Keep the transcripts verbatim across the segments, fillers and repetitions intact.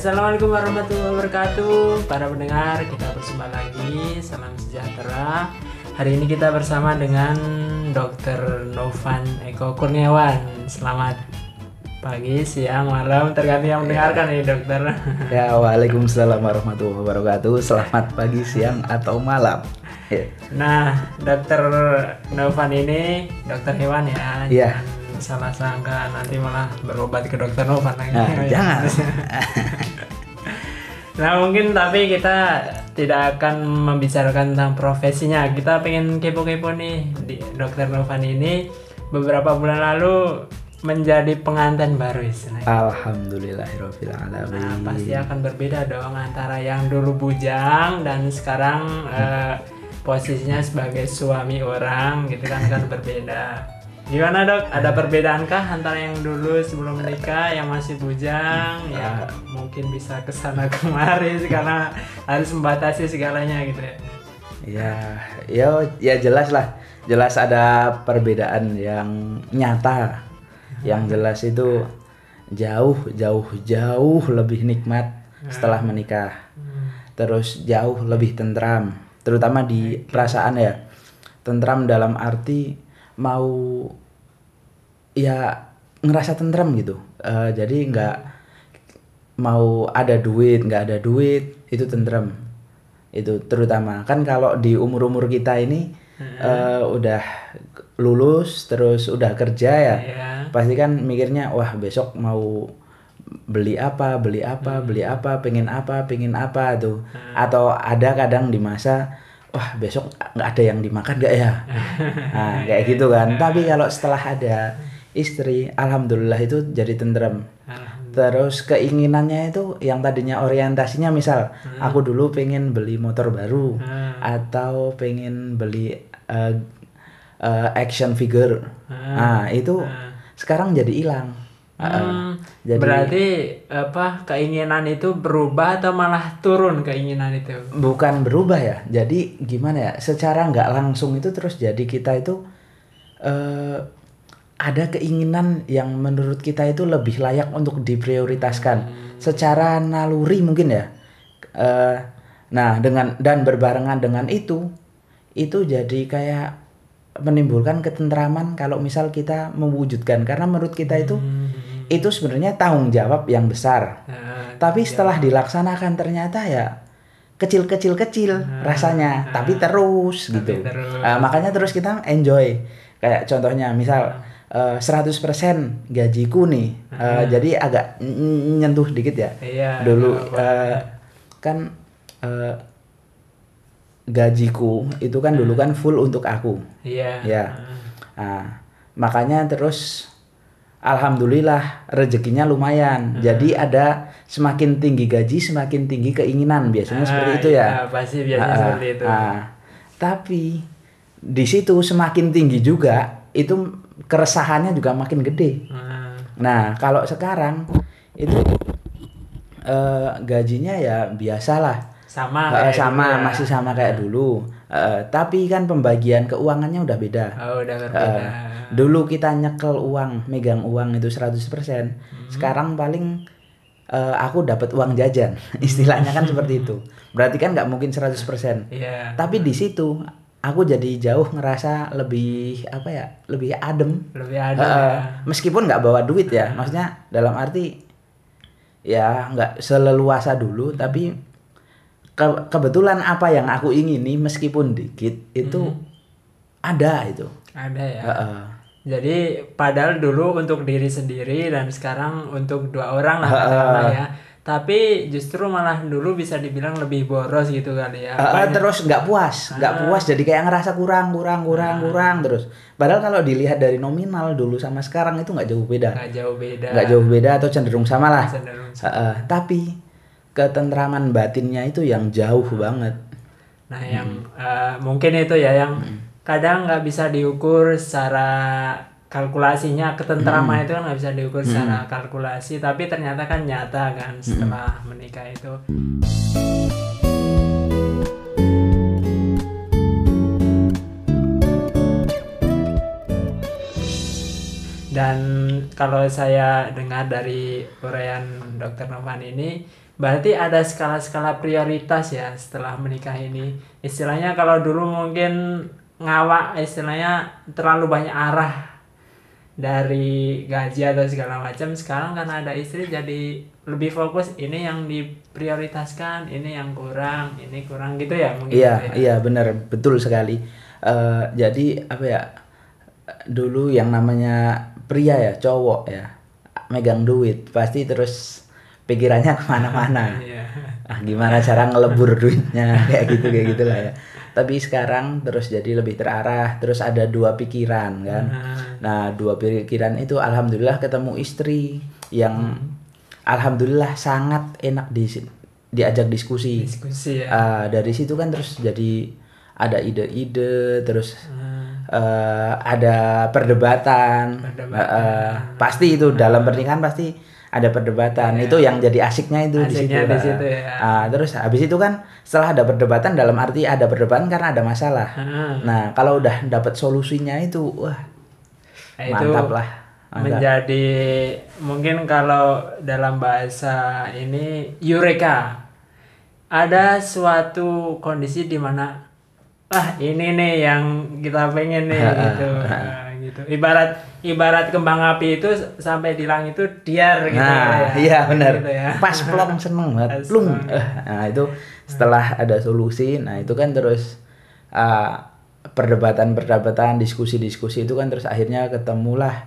Assalamualaikum warahmatullahi wabarakatuh. Para pendengar, kita berjumpa lagi. Salam sejahtera. Hari ini kita bersama dengan dokter Novan Eko Kurniawan. Selamat pagi, siang, malam, tergantung yang mendengarkan ya, dokter. Ya, waalaikumsalam warahmatullahi wabarakatuh. Selamat pagi, siang, atau malam. Ya. Nah, dokter Novan ini dokter hewan ya. Iya. Salah sangka nanti malah berobat ke dokter Novan lagi. Nah, jangan. Nah, mungkin tapi kita tidak akan membicarakan tentang profesinya. Kita pengen kepo-kepo nih di dokter Novan ini beberapa bulan lalu menjadi pengantin baru istilahnya. Alhamdulillahirabbil alamin. Nah, pasti akan berbeda dong antara yang dulu bujang dan sekarang hmm. eh, posisinya sebagai suami orang gitu kan kan berbeda. Gimana dok? Ada perbedaankah antara yang dulu sebelum menikah, yang masih bujang, ya mungkin bisa kesana kemari karena harus membatasi segalanya gitu ya? Ya, ya, ya jelas lah, jelas ada perbedaan yang nyata, yang jelas itu jauh, jauh, jauh lebih nikmat setelah menikah, terus jauh lebih tentram, terutama di perasaan ya, tentram dalam arti mau ya ngerasa tentram gitu, uh, jadi nggak mau ada duit nggak ada duit itu tentram, itu terutama kan kalau di umur umur kita ini hmm. uh, udah lulus terus udah kerja ya, yeah. pasti kan mikirnya wah besok mau beli apa beli apa hmm. beli apa pengen apa pengen apa tuh, hmm. atau ada kadang di masa wah besok nggak ada yang dimakan nggak ya, nah kayak gitu kan. Tapi kalau setelah ada istri, alhamdulillah itu jadi tentrem. Terus keinginannya itu yang tadinya orientasinya misal hmm. aku dulu pengen beli motor baru hmm. atau pengen beli uh, uh, action figure, hmm. nah itu hmm. sekarang jadi hilang. Hmm, uh, jadi, berarti apa keinginan itu berubah atau malah turun keinginan itu? Bukan berubah ya. Jadi gimana ya? Secara nggak langsung itu terus jadi kita itu uh, ada keinginan yang menurut kita itu lebih layak untuk diprioritaskan. Hmm. Secara naluri mungkin ya. Uh, nah dengan dan berbarengan dengan itu itu jadi kayak menimbulkan ketentraman kalau misal kita mewujudkan, karena menurut kita itu hmm. itu sebenarnya tanggung jawab yang besar, nah, tapi setelah ya. dilaksanakan ternyata ya kecil-kecil-kecil nah, rasanya, nah, tapi terus tapi gitu terus. Uh, makanya terus kita enjoy, kayak contohnya misal uh, seratus persen gajiku nih, uh, nah. jadi agak nyentuh dikit ya, iya, dulu uh, kan uh, gajiku itu kan dulu kan full untuk aku, iya, ya, nah, makanya terus alhamdulillah rezekinya lumayan, hmm. jadi ada semakin tinggi gaji semakin tinggi keinginan, biasanya ah, seperti itu ya, ya pasti biasanya ah, seperti itu. Ah, tapi di situ semakin tinggi juga itu keresahannya juga makin gede. Hmm. Nah kalau sekarang itu eh, gajinya ya biasalah. Sama uh, kayak sama dulu ya. Masih sama kayak dulu, uh, tapi kan pembagian keuangannya udah beda. Oh, udah berbeda. Uh, dulu kita nyekel uang, megang uang itu seratus persen. Hmm. Sekarang paling uh, aku dapat uang jajan. Istilahnya kan seperti itu. Berarti kan nggak mungkin seratus persen. Yeah. Tapi di situ aku jadi jauh ngerasa lebih apa ya? Lebih adem. Lebih adem. Uh, ya. Meskipun nggak bawa duit ya. Maksudnya dalam arti ya nggak seleluasa dulu, tapi Ke- kebetulan apa yang aku ingini meskipun dikit itu hmm. ada itu. Ada ya. Uh-uh. Jadi padahal dulu untuk diri sendiri dan sekarang untuk dua orang lah katakanlah ya. Tapi justru malah dulu bisa dibilang lebih boros gitu kali ya. Uh, terus nggak puas, nggak uh. puas jadi kayak ngerasa kurang, kurang, kurang, uh. kurang terus. Padahal kalau dilihat dari nominal dulu sama sekarang itu nggak jauh beda. Nggak jauh beda. Nggak jauh beda atau cenderung sama lah. Cenderung sama. Uh-uh. Tapi ketentraman batinnya itu yang jauh banget. Nah yang hmm. uh, mungkin itu ya yang hmm. kadang nggak bisa diukur secara kalkulasinya, ketentraman hmm. itu kan nggak bisa diukur hmm. secara kalkulasi, tapi ternyata kan nyata kan setelah hmm. menikah itu. Dan kalau saya dengar dari uraian dokter Novan ini, Berarti ada skala-skala prioritas ya setelah menikah ini. Istilahnya kalau dulu mungkin ngawak, istilahnya terlalu banyak arah dari gaji atau segala macam. Sekarang karena ada istri jadi lebih fokus, ini yang diprioritaskan, ini yang kurang, ini kurang gitu ya mungkin. Iya, gitu ya. iya benar, betul sekali. Eh, jadi apa ya? Dulu yang namanya pria ya, cowok ya, megang duit pasti terus pikirannya kemana-mana. Iya. Ah, gimana cara ngelebur duitnya kayak gitu kayak gitulah ya. Tapi sekarang terus jadi lebih terarah, terus ada dua pikiran kan. Nah, dua pikiran itu alhamdulillah ketemu istri yang alhamdulillah sangat enak di diajak diskusi. Diskusi ya. Ah, dari situ kan terus jadi ada ide-ide, terus uh, ada perdebatan. Perdebatan. Uh, uh, pasti itu dalam pernikahan pasti ada perdebatan. Ya. Itu yang jadi asiknya itu Asiknya di situ. di situ ya. Uh, terus habis itu kan setelah ada perdebatan, dalam arti ada perdebatan karena ada masalah. Hmm. Nah, kalau udah dapat solusinya itu wah Nah, itu mantap lah. Mantap. menjadi mungkin kalau dalam bahasa ini eureka. Ada suatu kondisi di mana ah ini nih yang kita pengen nih gitu. Nah, gitu. Ibarat ibarat kembang api itu sampai di langit itu diar gitu Nah, ya. iya benar. Gitu ya. Pas plong seneng banget. Pas Plung. plong. Eh, Nah, itu setelah ada solusi, nah itu kan terus uh, perdebatan-perdebatan, diskusi-diskusi itu kan terus akhirnya ketemulah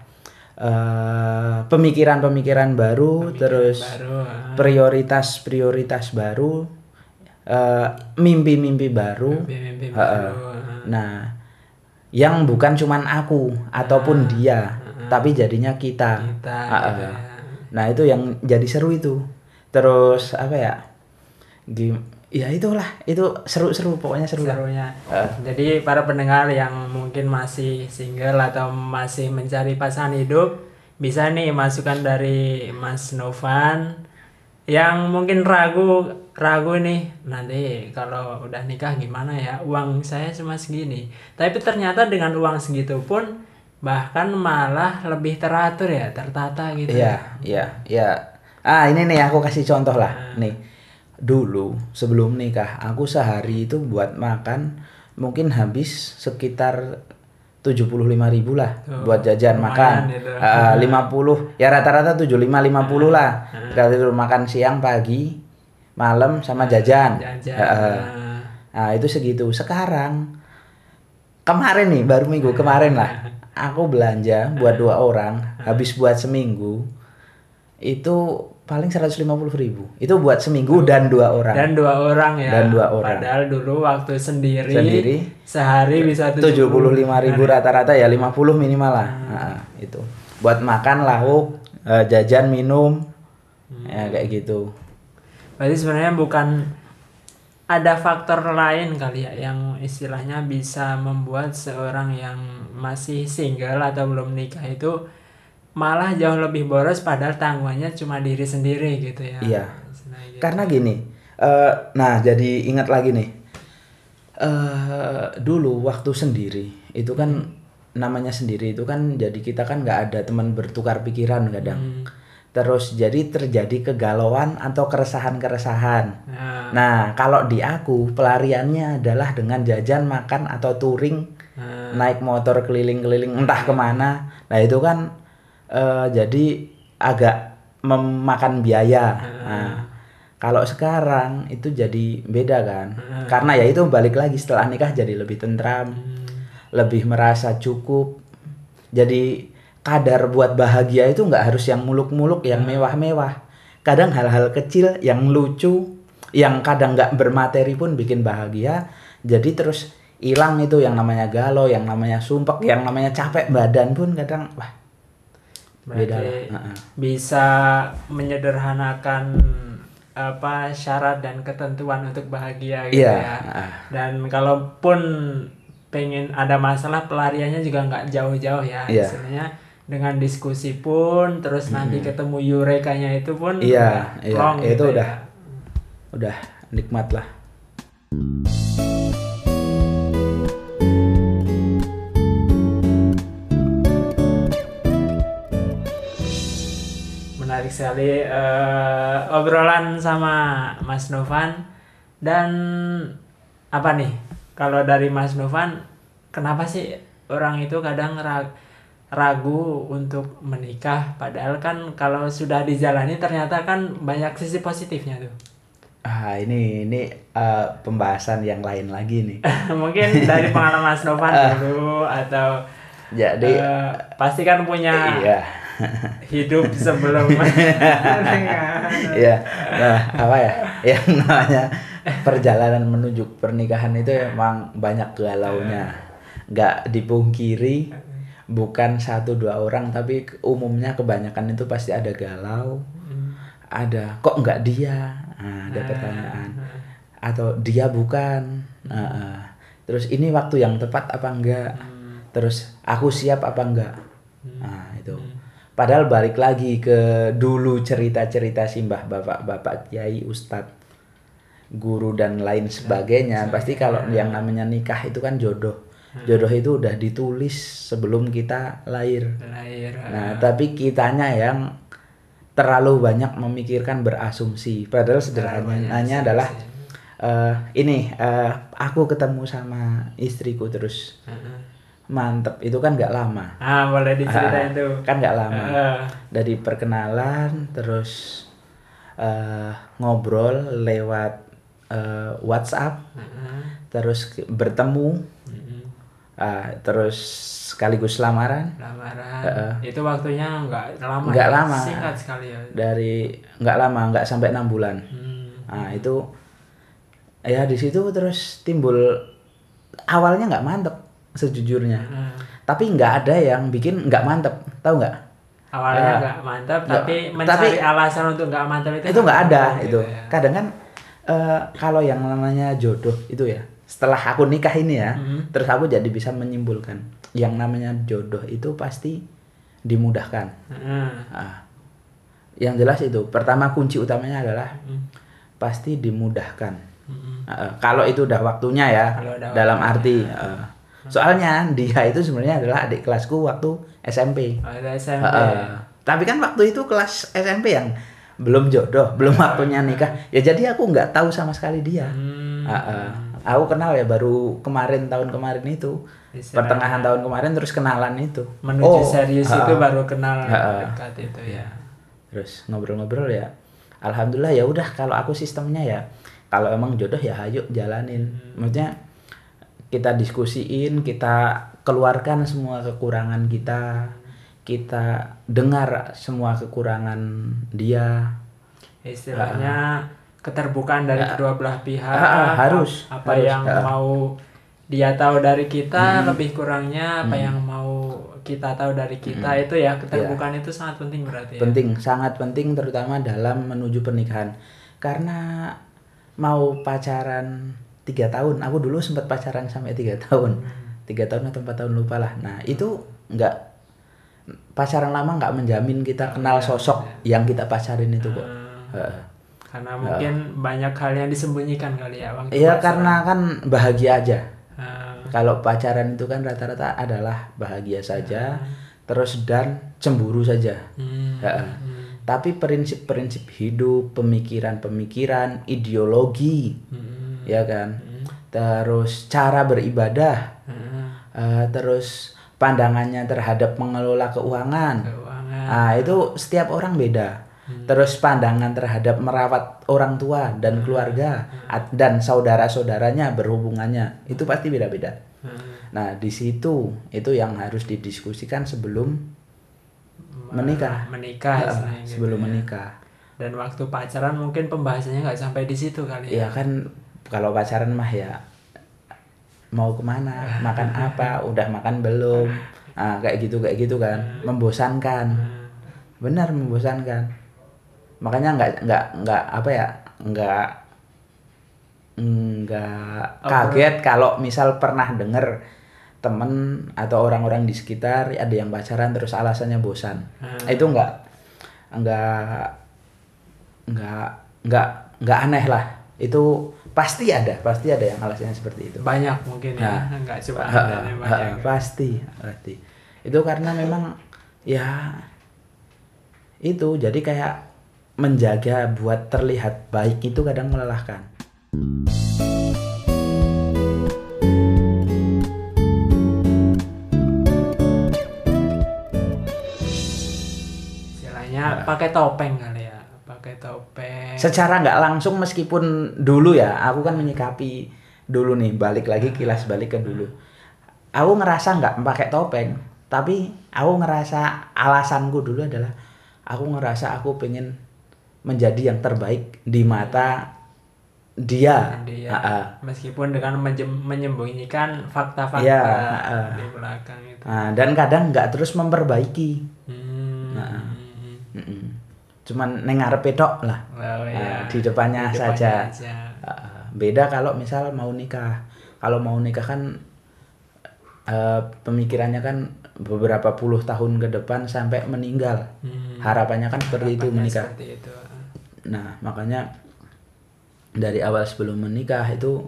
uh, pemikiran-pemikiran baru, Pemikiran terus baru, ah. prioritas-prioritas baru, uh, mimpi-mimpi baru. Mimpi-mimpi Uh, uh. baru, ah. Nah, yang bukan cuman aku ataupun dia, tapi jadinya kita. Kita Uh, uh. gitu ya. Nah, itu yang jadi seru itu. Terus apa ya? Gim ya itulah, itu seru-seru pokoknya seru lah. Serunya. Uh. Jadi para pendengar yang mungkin masih single atau masih mencari pasangan hidup, bisa nih masukan dari Mas Novan yang mungkin ragu ragu nih, nanti kalau udah nikah gimana ya, uang saya cuma segini, tapi ternyata dengan uang segitu pun bahkan malah lebih teratur ya, tertata gitu. Iya, iya, iya. Ah, ini nih aku kasih contoh lah. Nih, dulu sebelum nikah aku sehari itu buat makan mungkin habis sekitar tujuh puluh lima ribu lah. Oh, buat jajan makan. gitu. Uh, lima puluh ya, rata-rata tujuh puluh lima lima puluh lah. Kalau itu makan siang, pagi, malam sama jajan. Jajan. Uh, nah, itu segitu. Sekarang kemarin nih, baru minggu kemarin lah, aku belanja buat dua orang, habis buat seminggu itu paling seratus lima puluh ribu. Itu buat seminggu dan dua orang. Dan dua orang ya. Dan dua orang. Padahal dulu waktu sendiri, Sendiri, sehari bisa tujuh puluh lima ribu rata-rata ya, lima puluh minimal lah. Nah, itu buat makan, lauk, eh, jajan, minum, ya kayak gitu. Berarti sebenarnya bukan, ada faktor lain kali ya yang istilahnya bisa membuat seorang yang masih single atau belum nikah itu malah jauh lebih boros, padahal tanggungannya cuma diri sendiri gitu ya. Iya. Nah, gitu. Karena gini, eh, nah jadi ingat lagi nih, eh dulu waktu sendiri itu kan namanya sendiri itu kan, jadi kita kan nggak ada teman bertukar pikiran kadang. Hmm. Terus jadi terjadi kegalauan atau keresahan-keresahan. Nah, Nah, kalau di aku pelariannya adalah dengan jajan, makan atau touring, nah, naik motor keliling-keliling entah kemana. Nah, itu kan eh, jadi agak memakan biaya. Nah, kalau sekarang itu jadi beda kan. Karena ya itu balik lagi setelah nikah jadi lebih tentram, lebih merasa cukup. Jadi kadar buat bahagia itu nggak harus yang muluk-muluk, yang mewah-mewah. Kadang hal-hal kecil yang lucu, yang kadang nggak bermateri pun bikin bahagia. Jadi terus hilang itu yang namanya galau, yang namanya sumpek, yang namanya capek badan pun kadang wah beda lah. berarti Uh-uh. bisa menyederhanakan apa syarat dan ketentuan untuk bahagia gitu Iya, ya. uh. Dan kalaupun pengen ada masalah, pelariannya juga nggak jauh-jauh ya. Iya. Istilahnya dengan diskusi pun, terus nanti ketemu eurekanya itu pun Iya, udah iya, plong itu gitu udah ya. udah nikmat lah. Menarik menarik sekali eh, obrolan sama Mas Novan. Dan apa nih, kalau dari Mas Novan, kenapa sih orang itu kadang ra- ragu untuk menikah, padahal kan kalau sudah dijalani ternyata kan banyak sisi positifnya tuh. Ah, ini ini eh, pembahasan yang lain lagi nih. Mungkin dari pengalaman Mas Novan dulu, atau Jadi eh, pasti kan punya iya. hidup sebelum Iya. Nah, apa ya? Yang namanya perjalanan menuju pernikahan itu emang banyak galaunya. Nggak dipungkiri, bukan satu dua orang, tapi umumnya kebanyakan itu pasti ada galau. Ada kok nggak dia? Nah, ada pertanyaan. Atau dia bukan. Nah, uh, terus ini waktu yang tepat apa enggak? Terus aku siap apa enggak? Nah, itu. Padahal balik lagi ke dulu cerita-cerita simbah bapak-bapak kiai, ustadz, guru dan lain sebagainya. Pasti kalau yang namanya nikah itu kan jodoh. Jodoh itu udah ditulis sebelum kita lahir. lahir. Nah, tapi kitanya yang terlalu banyak memikirkan, berasumsi. Padahal sederhananya adalah uh, ini uh, aku ketemu sama istriku terus mantep, itu kan nggak lama. Ah, boleh diceritain Ah, tuh. kan nggak lama. Ah. Dari perkenalan terus uh, ngobrol lewat uh, WhatsApp, terus ke- bertemu, uh, terus sekaligus lamaran. Lamaran. Heeh. Itu waktunya nggak lama. Nggak ya? lama. Singkat sekali ya. Dari nggak lama, nggak sampai enam bulan. Hmm. Nah, itu ya di situ terus timbul, awalnya nggak mantep sejujurnya. Hmm. Tapi nggak ada yang bikin nggak mantep, tahu nggak? Awalnya Ah. nggak mantap, Nggak- tapi tapi- mencari alasan untuk nggak mantap itu Itu nggak ada gitu itu. ya. Kadang kan eh, kalau yang namanya jodoh itu ya, setelah aku nikah ini ya, Mhm. terus aku jadi bisa menyimpulkan yang namanya jodoh itu pasti dimudahkan. Hmm. Ah. Yang jelas itu pertama kunci utamanya adalah Hmm. pasti dimudahkan. Hmm. Uh, kalau itu udah waktunya ya, Kalau udah dalam waktunya. arti uh, soalnya dia itu sebenarnya adalah adik kelasku waktu S M P. Oh, itu S M Uh, P. uh, tapi kan waktu itu kelas S M P yang belum jodoh, belum waktunya nikah. Ya jadi aku nggak tahu sama sekali dia. Hmm. Uh, uh, aku kenal ya baru kemarin, tahun kemarin itu, Istilahnya pertengahan tahun kemarin terus kenalan itu. menuju Oh, serius uh, itu uh. baru kenal Ha-ha. dekat itu ya. Terus ngobrol-ngobrol ya, alhamdulillah ya udah, kalau aku sistemnya ya kalau emang jodoh ya ayo jalanin. Maksudnya kita diskusiin, kita keluarkan semua kekurangan kita, kita dengar semua kekurangan dia. Istilahnya keterbukaan dari Ya. kedua belah pihak. Ah, ah, harus, apa harus, yang ah. mau dia tahu dari kita, Hmm. lebih kurangnya apa Hmm. yang mau kita tahu dari kita, itu ya keterbukaan itu sangat penting berarti ya. Penting, sangat penting, terutama dalam menuju pernikahan. Karena mau pacaran tiga tahun, aku dulu sempat pacaran sampai tiga tahun, tiga tahun atau empat tahun lupa lah. Nah itu nggak, pacaran lama nggak menjamin kita kenal sosok yang kita pacarin itu kok. Hmm. Heeh. Karena mungkin banyak hal yang disembunyikan kali ya waktu Iya, pacaran. karena kan bahagia aja. Ah, Kalau pacaran itu kan rata-rata adalah bahagia saja, terus dan cemburu saja. hmm, Heeh. hmm, Tapi prinsip-prinsip hidup, pemikiran-pemikiran, ideologi, hmm, ya kan. hmm, Terus cara beribadah, hmm, eh, terus pandangannya terhadap mengelola keuangan. keuangan. Nah, itu setiap orang beda. Terus pandangan terhadap merawat orang tua dan keluarga at- dan saudara-saudaranya, berhubungannya, itu pasti beda-beda. Hmm. Nah, di situ itu yang harus didiskusikan sebelum menikah. menikah Ah, istilahnya gitu sebelum ya. menikah. Dan waktu pacaran mungkin pembahasannya nggak sampai di situ kali Ya ya. kan kalau pacaran mah ya mau kemana, makan apa, udah makan belum, ah kayak gitu kayak gitu kan, membosankan, benar membosankan. Makanya nggak nggak nggak apa ya, nggak nggak kaget kalau misal pernah denger temen atau orang-orang di sekitar ada yang pacaran terus alasannya bosan. Hmm. Itu nggak nggak nggak nggak nggak aneh lah. Itu pasti ada, pasti ada yang alasannya seperti itu. Banyak mungkin ya, Nah. nggak cuma Ha, ada ha, yang ha, banyak. pasti, pasti. Itu karena memang ya itu jadi kayak menjaga buat terlihat baik itu kadang melelahkan. Istilahnya pakai topeng kali ya, pakai topeng. Secara nggak langsung meskipun dulu ya, aku kan menyikapi dulu nih, balik lagi kilas balik ke dulu. Aku ngerasa nggak pakai topeng, tapi aku ngerasa alasanku dulu adalah aku ngerasa aku pengen menjadi yang terbaik di mata dia, dia uh-uh. meskipun dengan menjem- menyembunyikan fakta-fakta ya, uh-uh. di belakang itu. Nah, dan kadang nggak terus memperbaiki, hmm. nah, cuman neng ngarepe tok lah, oh, iya. nah, di depannya, di saja. depannya aja. Uh, beda kalau misal mau nikah, kalau mau nikah kan uh, pemikirannya kan beberapa puluh tahun ke depan sampai meninggal, hmm. harapannya kan seperti harapannya itu menikah. Seperti itu. Nah makanya dari awal sebelum menikah itu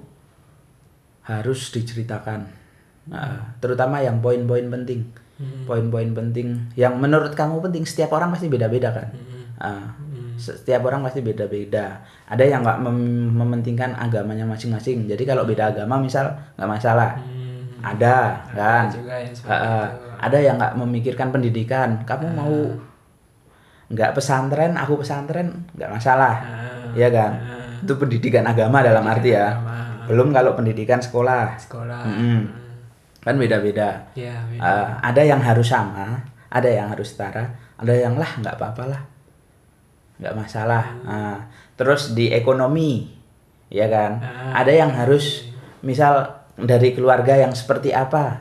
harus diceritakan, nah, terutama yang poin-poin penting, hmm. poin-poin penting yang menurut kamu penting. Setiap orang pasti beda-beda kan, hmm. nah, hmm. setiap orang pasti beda-beda. Ada yang nggak mem- mementingkan agamanya masing-masing. Jadi kalau beda agama misal nggak masalah. Hmm. Ada, ada kan? Juga yang uh, ada yang nggak memikirkan pendidikan. Kamu uh. mau nggak pesantren, aku pesantren nggak masalah, uh. ya kan? Uh. Itu pendidikan agama pendidikan dalam arti ya. Agama. Belum kalau pendidikan sekolah. Sekolah. Mm-hmm. Kan beda-beda. Ya, beda. Uh, ada yang harus sama, ada yang harus setara, ada yang lah nggak apa-apa lah, nggak masalah. Hmm. Uh, terus di ekonomi, ya kan? Uh. Ada yang harus, misal dari keluarga yang seperti apa,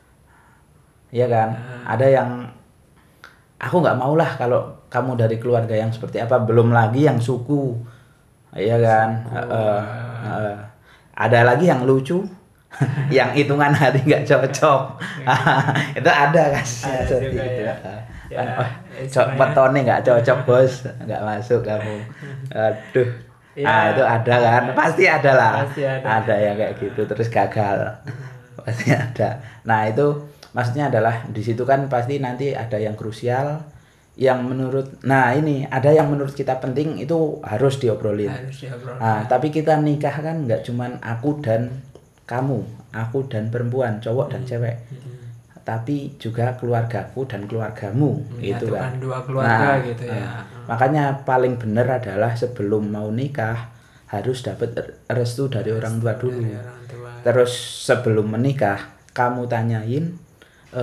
ya kan? Uh. Ada yang aku nggak mau lah kalau kamu dari keluarga yang seperti apa, belum lagi yang suku, ya kan? Uh, uh, uh. Ada lagi yang lucu, yang hitungan hari nggak cocok, itu ada kan? Seperti itu. Ya. Ya, oh, cok petone nggak cocok bos, nggak masuk kamu. Aduh. Ya. Ah itu ada kan, pasti ada lah, pasti ada. Ada yang kayak gitu terus gagal, pasti ada. Nah itu maksudnya adalah di situ kan pasti nanti ada yang krusial, yang menurut, nah ini ada yang menurut kita penting itu harus diobrolin. Harus diobrolin. Nah tapi kita nikah kan nggak cuman aku dan kamu, aku dan perempuan, cowok dan cewek, hmm. tapi juga keluargaku dan keluargamu, gitu kan. Dua keluarga nah, gitu ya. Nah, makanya paling benar adalah sebelum mau nikah harus dapat restu dari restu orang tua dulu. Orang tua. Terus sebelum menikah kamu tanyain e,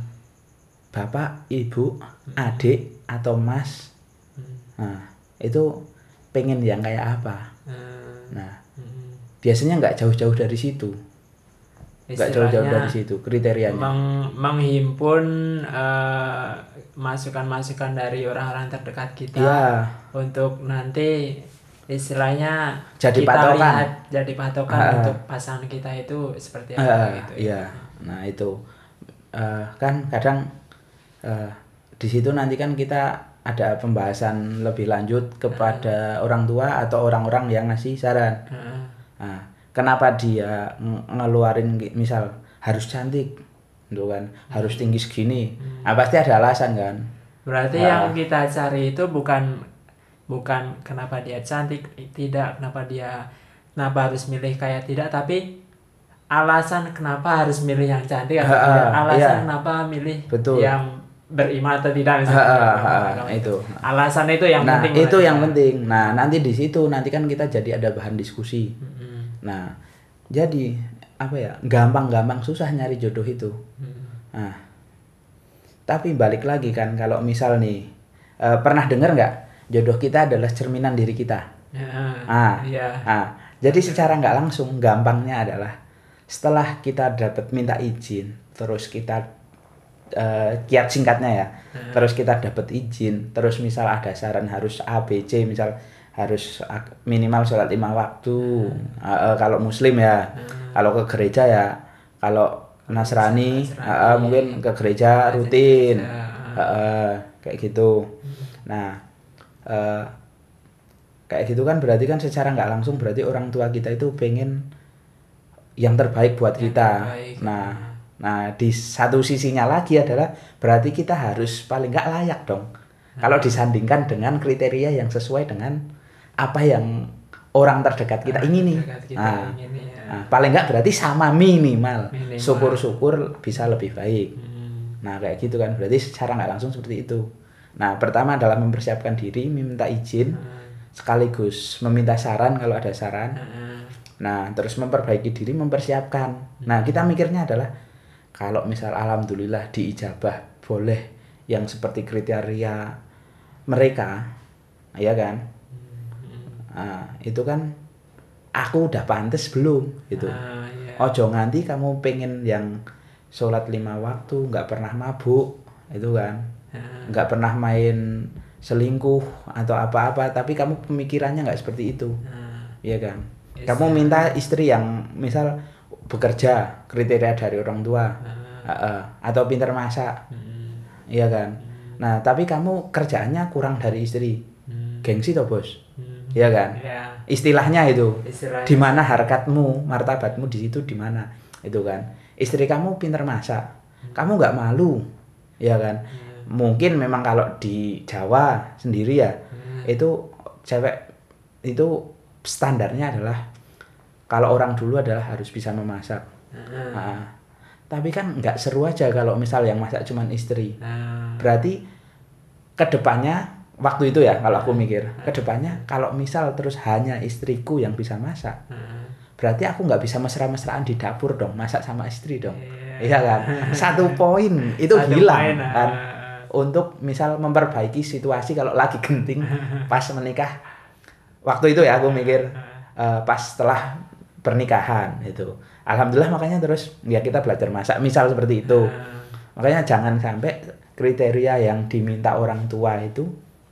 bapak, ibu, hmm. adik atau mas, hmm. nah itu pengen yang kayak apa. Hmm. Nah hmm. biasanya nggak jauh-jauh dari situ. Nggak jauh-jauh dari situ kriterianya. Meng, menghimpun uh, masukan-masukan dari orang-orang terdekat kita ya. Untuk nanti istilahnya jadi kita patokan, lihat, jadi patokan uh, untuk pasangan kita itu seperti apa uh, gitu. Iya. Nah itu uh, kan kadang uh, di situ nanti kan kita ada pembahasan lebih lanjut kepada uh. orang tua atau orang-orang yang ngasih saran. Uh. Nah, kenapa dia ngeluarin misal harus cantik, gitu kan, hmm. harus tinggi segini, hmm. nah pasti ada alasan kan. Berarti nah, yang kita cari itu bukan bukan kenapa dia cantik, tidak kenapa dia kenapa harus milih kayak tidak, tapi alasan kenapa harus milih yang cantik atau uh, tidak, alasan iya. Kenapa milih Betul. Yang beriman atau tidak misalnya. Uh, uh, uh, itu. Alasan itu yang nah, penting. Itu yang penting. Nah nanti di situ nanti kan kita jadi ada bahan diskusi. Hmm. Nah, jadi apa ya? Gampang-gampang susah nyari jodoh itu. Hmm. Nah, tapi balik lagi kan, kalau misal nih uh, pernah dengar nggak jodoh kita adalah cerminan diri kita. Ya, nah, iya. Nah, jadi secara nggak langsung gampangnya adalah setelah kita dapat minta izin, terus kita uh, kiat singkatnya ya, ya, terus kita dapat izin, terus misal ada saran harus A B C misal. Harus minimal sholat lima waktu hmm. uh, uh, kalau muslim ya, hmm. kalau ke gereja ya, kalau Nasrani, Nasrani. Uh, uh, mungkin ke gereja rutin, uh, uh, kayak gitu. Hmm. Nah uh, kayak gitu kan berarti kan secara nggak langsung berarti orang tua kita itu pengen yang terbaik buat yang kita. Terbaik. Nah, nah di satu sisinya lagi adalah berarti kita harus paling nggak layak dong. Kalau disandingkan dengan kriteria yang sesuai dengan apa yang orang terdekat kita ingini. Terdekat kita Nah, ingini, ya. nah, paling nggak berarti sama minimal. Minimal. Syukur-syukur bisa lebih baik. Hmm. Nah kayak gitu kan, berarti secara nggak langsung seperti itu. Nah pertama adalah mempersiapkan diri, meminta izin, Hmm. sekaligus meminta saran kalau ada saran. Hmm. Nah terus memperbaiki diri, mempersiapkan. Nah kita mikirnya adalah kalau misal alhamdulillah diijabah, boleh yang seperti kriteria mereka, ya kan? Nah, itu kan aku udah pantas belum gitu. Ah, iya. Ojo nganti kamu pengen yang sholat lima waktu, nggak pernah mabuk, itu kan, Ah. nggak pernah main selingkuh atau apa-apa, tapi kamu pemikirannya nggak seperti itu, Ah. iya kan? Yes, Kamu ya. minta istri yang misal bekerja, kriteria dari orang tua, Ah. uh, uh, atau pintar masak, Hmm. iya kan? Nah tapi kamu kerjaannya kurang dari istri, Hmm. gengsi toh bos, Hmm. iya kan? Ya. Istilahnya itu. Istilahnya. Di mana harkatmu, martabatmu di situ di mana, itu kan. Istri kamu pinter masak, kamu nggak malu, ya kan. Hmm. Mungkin memang kalau di Jawa sendiri ya, Hmm. itu cewek itu standarnya adalah kalau orang dulu adalah harus bisa memasak. Hmm. Nah, tapi kan nggak seru aja kalau misal yang masak cuman istri. Nah. Berarti kedepannya waktu itu ya kalau aku mikir, kedepannya kalau misal terus hanya istriku yang bisa masak, Hmm. berarti aku nggak bisa mesra-mesraan di dapur dong, masak sama istri dong. Iya. Iya kan? Satu poin itu Satu hilang poin, kan. ah. Untuk misal memperbaiki situasi kalau lagi genting pas menikah. Waktu itu ya aku mikir eh, pas setelah pernikahan itu. Alhamdulillah makanya terus ya kita belajar masak misal seperti itu. Ah. Makanya jangan sampai kriteria yang diminta orang tua itu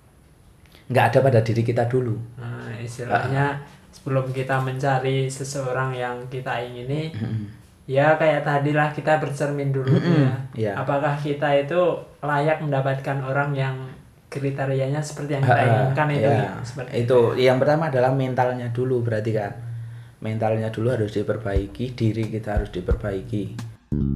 nggak ada pada diri kita dulu. Nah, istilahnya sebelum kita mencari seseorang yang kita ingini, ya kayak tadilah kita bercermin dulu Mm-mm, ya. iya. Apakah kita itu layak mendapatkan orang yang kriterianya seperti yang kita Ha-ha, inginkan itu? ya. Seperti Itu yang pertama adalah mentalnya dulu berarti kan. Mentalnya dulu harus diperbaiki, diri kita harus diperbaiki.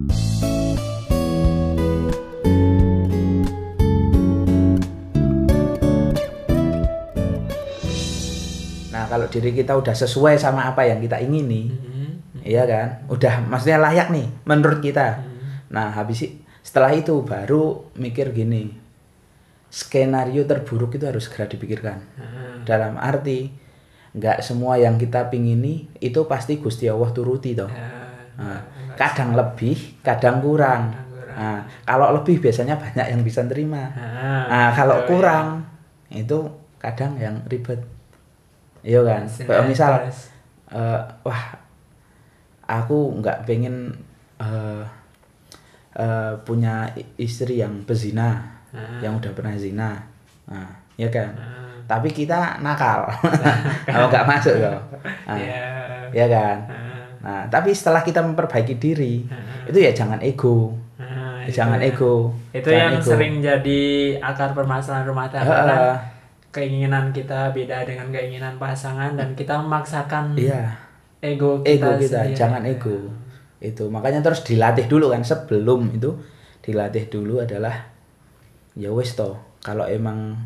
Nah, kalau diri kita udah sesuai sama apa yang kita ingini, Mhm. iya kan? Udah maksudnya layak nih menurut kita. Nah, habis i- setelah itu baru mikir gini. Skenario terburuk itu harus segera dipikirkan. Ah. Dalam arti nggak semua yang kita pingini itu pasti Gusti Allah turuti toh. Ya, Nah, enggak kadang lebih, kadang kurang. Kadang kurang. Nah, kalau lebih biasanya banyak yang bisa terima. Ah, Nah, kalau betul, kurang itu kadang yang ribet. Iya kan? ya. Kayak misal Terus, eh, wah aku nggak pengen eh, eh, punya i- istri yang pezina, Ah. yang udah pernah zina, nah, ya kan? ah, Tapi kita nakal, kalau nggak masuk loh, nah, ya, ya kan? ah, Nah, tapi setelah kita memperbaiki diri, ah, itu ya jangan ego, ah, Ya, jangan itu. ego, Itu jangan yang ego. sering jadi akar permasalahan rumah tangga Heeh. kan. Keinginan kita beda dengan keinginan pasangan dan kita memaksakan Iya, ego kita, ego kita, sendiri. jangan ego. Itu makanya terus dilatih dulu kan sebelum itu dilatih dulu adalah ya wes toh kalau emang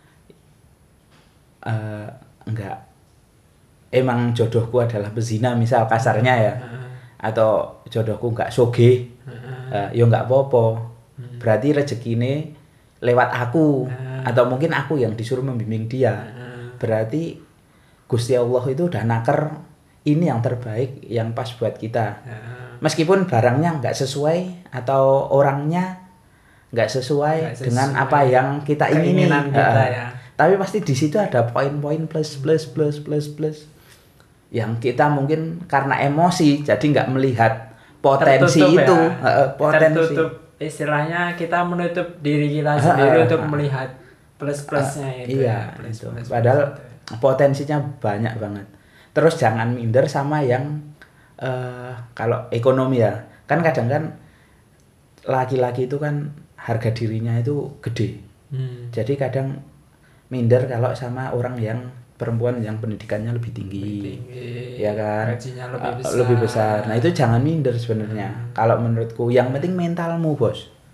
eh, enggak emang jodohku adalah pezina misal kasarnya ya, Ah, atau jodohku enggak soge, ah, eh, ya enggak apa-apa. Berarti rezekine lewat aku Ah. atau mungkin aku yang disuruh membimbing dia. ah, Berarti Gusti Allah itu udah naker ini yang terbaik yang pas buat kita. ah. Meskipun barangnya nggak sesuai atau orangnya nggak sesuai, Nggak sesuai dengan apa yang kita ingini, keinginan kita, Heeh. ya. Tapi pasti di situ ada poin-poin plus plus plus plus plus yang kita mungkin karena emosi jadi nggak melihat potensi Tertutup itu, ya. Heeh, potensi. Tertutup, istilahnya kita menutup diri kita Ah, sendiri ah, untuk ah. melihat plus-plusnya itu Iya, ya, plus, itu. plus, plus Padahal itu. potensinya banyak banget. Terus jangan minder sama yang eh, kalau ekonomi ya, kan kadang kan laki-laki itu kan harga dirinya itu gede. Hmm. Jadi kadang minder kalau sama orang yang perempuan yang pendidikannya lebih tinggi, Tinggi, ya kan? gajinya lebih Eh, besar. besar. Nah itu jangan minder sebenarnya. Kalau menurutku, yang penting mentalmu bos.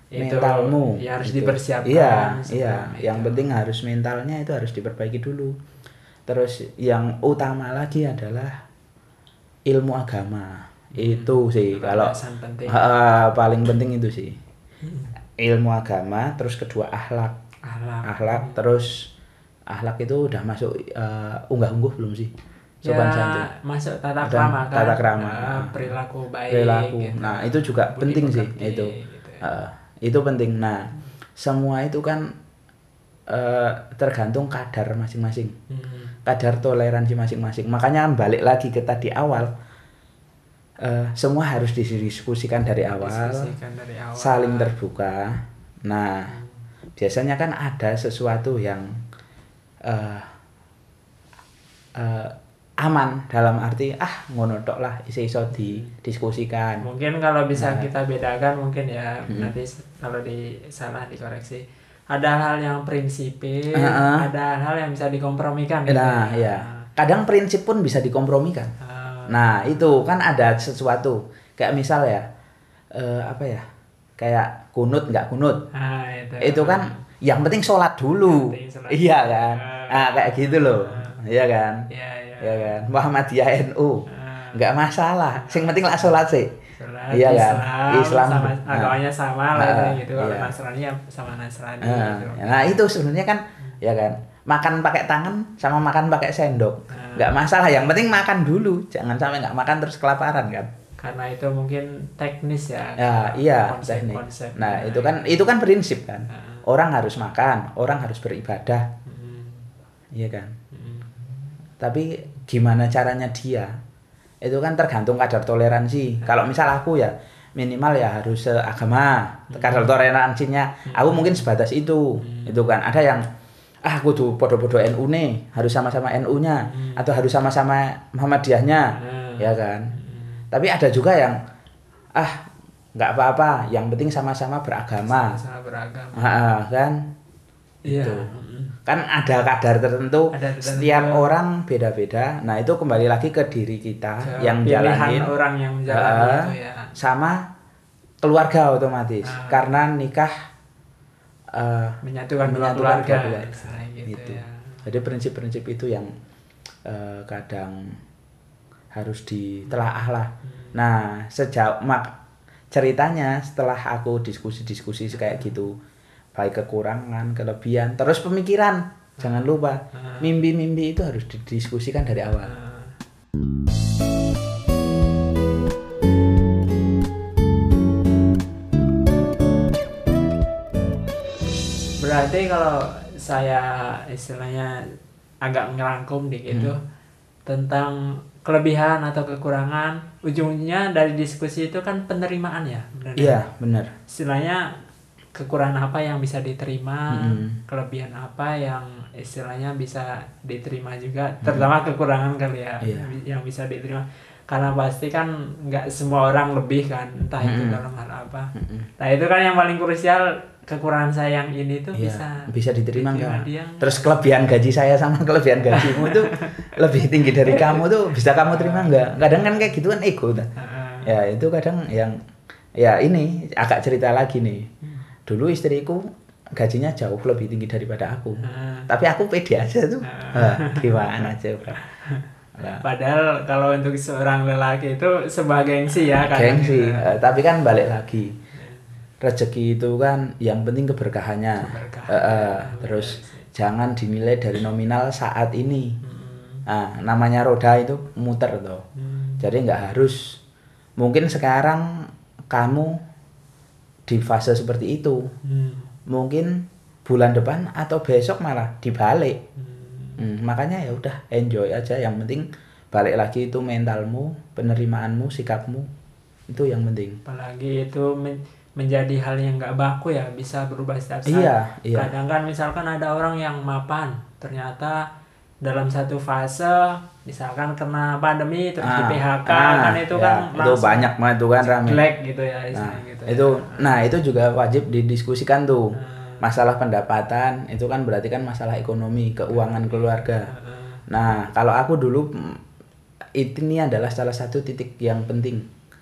itu mentalmu ya harus gitu. dipersiapkan. Iya, sebelum iya. itu. Yang penting harus mentalnya itu harus diperbaiki dulu. Terus yang utama lagi adalah ilmu agama. Hmm, Itu sih kalau landasan penting. uh, paling penting itu sih. Hmm. Ilmu agama, terus kedua akhlak. Akhlak. Akhlak, Hmm. terus akhlak itu udah masuk uh, unggah-ungguh belum sih? Sopan ya, santun. masuk tata Dan krama kan. tata krama. Nah, perilaku baik. Perilaku. Gitu. Nah, itu juga Budi penting sih pekerti, itu. Gitu. Uh, itu penting. Nah, semua itu kan uh, tergantung kadar masing-masing. Hmm. Kadar toleransi masing-masing. Makanya balik lagi ke tadi awal. Uh, semua harus didiskusikan dari awal, Diskusikan dari awal. saling terbuka. Nah, hmm. biasanya kan ada sesuatu yang uh, uh, aman dalam arti ah ngono tok lah iso-iso didiskusikan. Mungkin kalau bisa nah. kita bedakan mungkin ya hmm. nanti kalau di salah dikoreksi. Ada hal yang prinsipil, uh -uh. ada hal yang bisa dikompromikan. Gitu. Nah, ya. Kadang prinsip pun bisa dikompromikan. Uh. Nah, itu kan ada sesuatu kayak misal ya uh, apa ya? Kayak kunut nggak kunut. Ah, itu. Itu kan yang penting sholat dulu. Penting sholat. Iya kan? Uh. Ah, kayak gitu loh. Uh. Iya kan? Iya, iya. Ya kan, Muhammadiyah N U uh, nggak masalah, sing penting lah sholat sih, sholat, iya kan, Islam, Islam sama nah, agamanya sama lah nah, gitu, kalau iya. Nasrani ya sama Nasrani. Nah, gitu. nah itu sebenarnya kan, ya kan, makan pakai tangan sama makan pakai sendok, nggak uh, masalah, yang penting makan dulu, jangan sampai nggak makan terus kelaparan kan. Karena itu mungkin teknis ya. Ya iya konsep, teknik. Konsep, nah itu kan, itu kan prinsip kan, uh, orang harus makan, orang harus beribadah, uh, iya kan. Uh, Tapi gimana caranya dia itu kan tergantung kadar toleransi. Kalau misal aku ya minimal ya harus seagama, kadar toleransinya aku mungkin sebatas itu. Itu kan ada yang ah aku tuh podo-podo N U nih, harus sama-sama N U-nya atau harus sama-sama Muhammadiyahnya, ya kan. Tapi ada juga yang ah nggak apa-apa, yang penting sama-sama beragama. Sama-sama beragama. Ah, kan. Iya. Itu. Kan ada kadar tertentu, ada tertentu, setiap orang beda-beda. Nah itu kembali lagi ke diri kita ke yang jalanin, orang yang menjalani uh, itu ya. Sama keluarga otomatis, uh, karena nikah uh, menyatukan, menyatukan keluarga, keluarga. Gitu, gitu. Ya. Jadi prinsip-prinsip itu yang uh, kadang harus ditelaah lah. Hmm. Nah sejauh mak ceritanya setelah aku diskusi-diskusi kayak gitu, baik kekurangan, kelebihan, terus pemikiran. Jangan lupa, mimpi-mimpi itu harus didiskusikan dari awal. Berarti kalau saya istilahnya agak ngerangkum dikit itu hmm. tentang kelebihan atau kekurangan, ujungnya dari diskusi itu kan penerimaan ya, benar? Iya, benar. Istilahnya kekurangan apa yang bisa diterima, mm-hmm. kelebihan apa yang istilahnya bisa diterima juga, mm-hmm. terutama kekurangan kali ya, yeah. yang bisa diterima. Karena pasti kan nggak semua orang lebih kan, entah mm-hmm. itu dalam hal apa. Mm-hmm. Nah itu kan yang paling krusial, kekurangan saya yang ini tuh yeah. bisa bisa diterima nggak? Yang... Terus kelebihan gaji saya sama kelebihan gajimu tuh lebih tinggi dari kamu tuh bisa kamu terima nggak? Kadang kan kayak gitu kan ego tuh. Ya itu kadang yang ya ini agak cerita lagi nih. Dulu istriku gajinya jauh lebih tinggi daripada aku, uh, tapi aku pede aja tuh, uh, gimana coba? Nah. Padahal kalau untuk seorang lelaki itu sebuah gengsi ya, gengsi. Uh, tapi kan balik lagi, rezeki itu kan yang penting keberkahannya. Keberkahan. Uh, uh, terus jangan dinilai dari nominal saat ini. Hmm. Nah, namanya roda itu muter tuh, hmm. jadi nggak harus. Mungkin sekarang kamu di fase seperti itu, hmm. mungkin bulan depan atau besok malah dibalik. hmm. Hmm, makanya ya udah enjoy aja, yang penting balik lagi itu mentalmu, penerimaanmu, sikapmu, itu yang penting. Apalagi itu men- menjadi hal yang nggak baku ya, bisa berubah setiap saat. Iya, iya. Kadang kan misalkan ada orang yang mapan, ternyata dalam satu fase misalkan kena pandemi terus ah, di P H K, ah, kan itu ya, kan itu banyak mah itu kan rame. Jelek gitu ya, nah, gitu. Itu ya. Nah, itu juga wajib didiskusikan tuh. Hmm. Masalah pendapatan itu kan berarti kan masalah ekonomi, keuangan keluarga. Hmm. Nah, kalau aku dulu ini adalah salah satu titik yang penting. Hmm.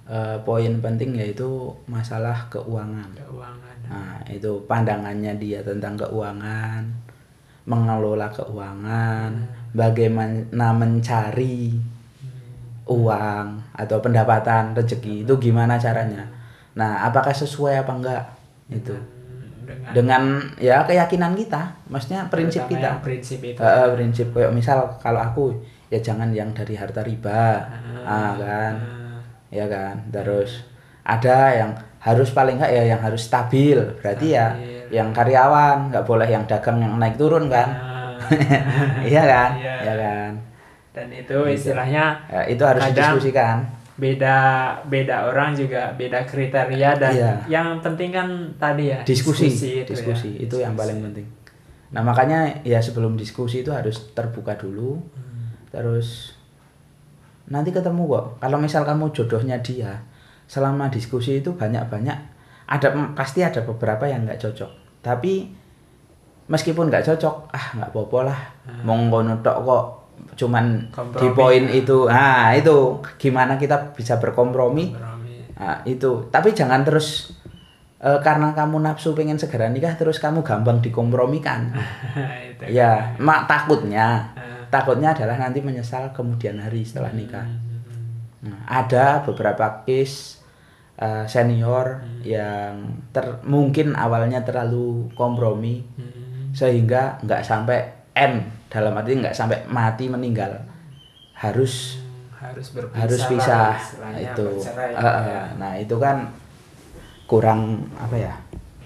uh, poin penting yaitu masalah keuangan. Keuangan. Nah, itu pandangannya dia tentang keuangan, mengelola keuangan, hmm. bagaimana mencari hmm. uang atau pendapatan rezeki itu gimana caranya. Nah, apakah sesuai apa enggak itu. Dengan, dengan ya keyakinan kita, maksudnya prinsip kita. Prinsip itu. Uh, prinsip kayak misal kalau aku ya jangan yang dari harta riba, ah, ah kan. Ah. Ya kan. Terus ah. ada yang harus paling enggak ya yang harus stabil. Berarti stabil. Ya yang karyawan, nggak boleh yang dagang yang naik turun kan. Ah. Iya kan? Iya. Ya kan. Dan itu istilahnya ya, itu harus didiskusikan. Beda beda orang juga beda kriteria dan iya. yang penting kan tadi ya diskusi diskusi itu, diskusi, ya. itu diskusi. yang paling penting. Nah, makanya ya sebelum diskusi itu harus terbuka dulu. Hmm. Terus nanti ketemu kok. Kalau misal kamu jodohnya dia, selama diskusi itu banyak-banyak ada pasti ada beberapa yang nggak cocok. Tapi meskipun nggak cocok, ah nggak apa-apa lah. Hmm. Monggo tok kok. Cuman kompromi, di poin ya. Itu, nah itu gimana kita bisa berkompromi. Kompromi. Nah, itu. Tapi jangan terus e, karena kamu nafsu pengen segera nikah terus kamu gampang dikompromikan. Itu ya, kan. Mak takutnya. Uh. Takutnya adalah nanti menyesal kemudian hari setelah nikah. Hmm. Nah, ada beberapa case uh, senior hmm. yang ter, mungkin awalnya terlalu kompromi hmm. sehingga nggak sampai end, dalam arti nggak sampai mati meninggal, harus hmm, harus berpisah, harus pisah itu bercerai, uh, uh, nah itu kan kurang apa ya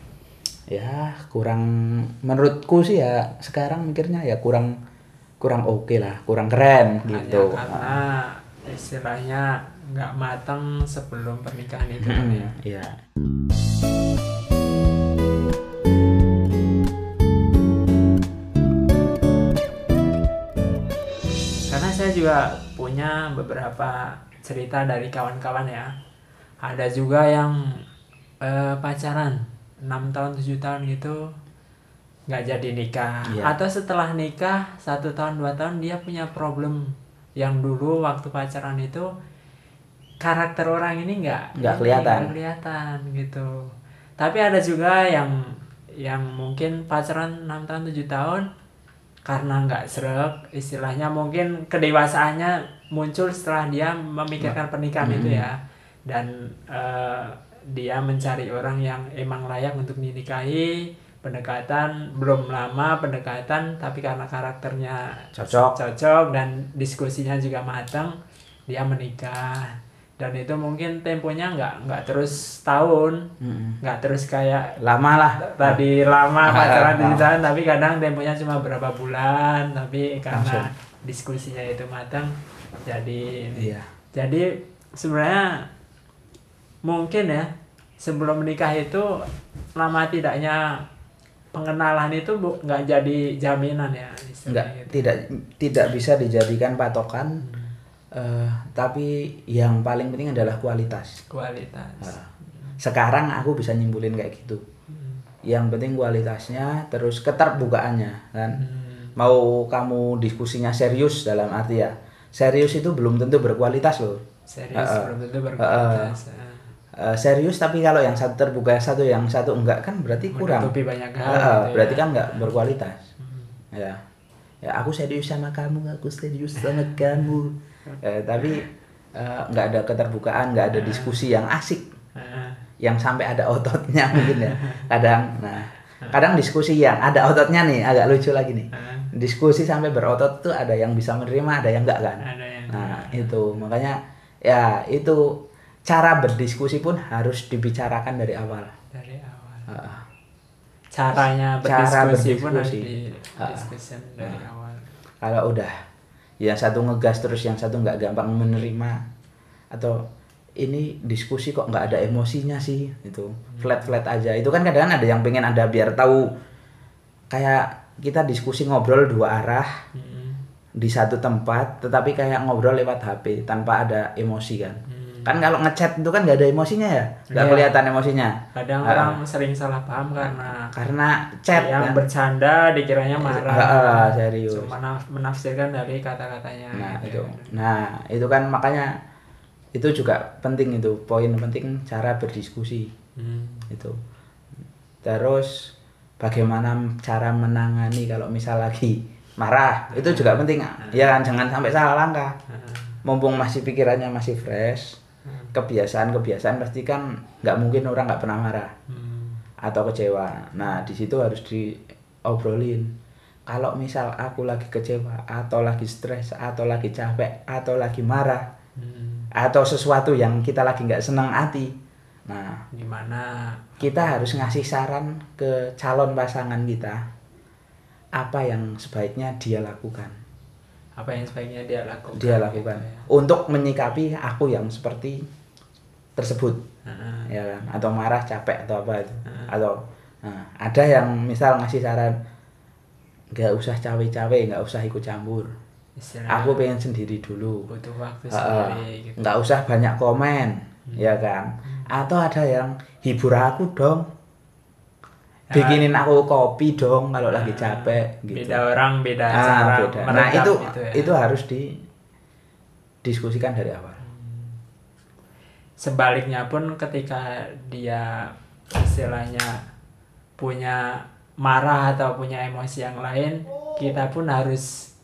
ya kurang menurutku sih ya sekarang mikirnya ya kurang kurang oke okay lah, kurang keren gitu. Ya, karena istilahnya nggak matang sebelum pernikahan itu kan ya. Iya. Karena saya juga punya beberapa cerita dari kawan-kawan ya. Ada juga yang eh, pacaran enam tahun tujuh tahun gitu nggak jadi nikah. Yeah. Atau setelah nikah satu tahun dua tahun dia punya problem yang dulu waktu pacaran itu karakter orang ini nggak nggak kelihatan nggak kelihatan gitu. Tapi ada juga yang yang mungkin pacaran enam tahun tujuh tahun karena nggak sreg, istilahnya mungkin kedewasaannya muncul setelah dia memikirkan pernikahan mm-hmm. itu ya, dan uh, dia mencari orang yang emang layak untuk dinikahi. Pendekatan belum lama pendekatan, tapi karena karakternya cocok cocok dan diskusinya juga matang, dia menikah. Dan itu mungkin temponya nggak nggak terus tahun, nggak mm-hmm. terus kayak lama lah tadi lama pacaran tujuh tahun, tapi kadang temponya cuma berapa bulan, tapi karena langsung diskusinya itu matang, jadi iya. Jadi sebenarnya mungkin ya sebelum menikah itu lama tidaknya pengenalan itu bu nggak jadi jaminan ya, nggak gitu. tidak tidak bisa dijadikan patokan, hmm. uh, tapi yang paling penting adalah kualitas kualitas uh, sekarang aku bisa nyimpulin kayak gitu. hmm. Yang penting kualitasnya, terus keterbukaannya kan. hmm. Mau kamu diskusinya serius, dalam arti ya serius itu belum tentu berkualitas loh. Serius uh, belum tentu berkualitas. uh, uh, Uh, serius tapi kalau yang satu terbuka satu yang satu enggak kan berarti kurang. Menutupi banyak hal. Uh, gitu berarti ya. Kan enggak berkualitas. Hmm. Ya, ya aku serius sama kamu, aku serius sama kamu. Uh, tapi uh, enggak ada keterbukaan, enggak ada diskusi yang asik, uh. yang sampai ada ototnya mungkin ya. Kadang, nah, kadang diskusi yang ada ototnya nih agak lucu lagi nih. Uh. Diskusi sampai berotot tuh ada yang bisa menerima, ada yang enggak kan. Ada yang nah itu makanya ya itu. Cara berdiskusi pun harus dibicarakan dari awal. Dari awal. Uh, Caranya berdiskusi, cara berdiskusi pun harus didiskusikan uh, dari uh, awal. Kalau udah yang satu ngegas terus yang satu nggak gampang menerima, atau ini diskusi kok nggak ada emosinya sih, itu flat flat aja. Itu kan kadang ada yang pengen Anda biar tahu, kayak kita diskusi ngobrol dua arah hmm. di satu tempat, tetapi kayak ngobrol lewat H P tanpa ada emosi kan. Hmm. Kan kalau ngechat itu kan nggak ada emosinya ya, nggak yeah. kelihatan emosinya. Kadang uh, orang sering salah paham karena karena chat yang kan? Bercanda dikiranya marah. Uh, uh, serius. Cuma menafsirkan dari kata-katanya. Nah gitu. itu, nah itu kan makanya Itu juga penting, itu poin penting cara berdiskusi. Hmm. Itu. Terus bagaimana cara menangani kalau misal lagi marah, itu juga penting. Ya kan, jangan sampai salah langkah. Mumpung masih pikirannya masih fresh, kebiasaan-kebiasaan pasti kan nggak mungkin orang nggak pernah marah atau kecewa. Nah di situ harus diobrolin. Kalau misal aku lagi kecewa atau lagi stres atau lagi capek atau lagi marah atau sesuatu yang kita lagi nggak senang hati, nah gimana kita harus ngasih saran ke calon pasangan kita apa yang sebaiknya dia lakukan. Apa yang sebaiknya dia lakukan? Dia lakukan gitu ya. Untuk menyikapi aku yang seperti tersebut, uh-huh. ya kan? Atau marah, capek atau apa itu, uh-huh. atau nah, ada yang misal ngasih saran, nggak usah cawe-cawe, nggak usah ikut campur. Istilahnya, aku pengen sendiri dulu. Butuh waktu uh, sendiri. Gitu. Nggak usah banyak komen, hmm. ya kan? Hmm. Atau ada yang hibur aku dong. Bikinin aku kopi dong kalau nah, lagi capek gitu. Beda orang beda ah, cara beda. Nah itu gitu ya. Itu harus didiskusikan dari awal. Sebaliknya pun ketika dia istilahnya punya marah atau punya emosi yang lain, kita pun harus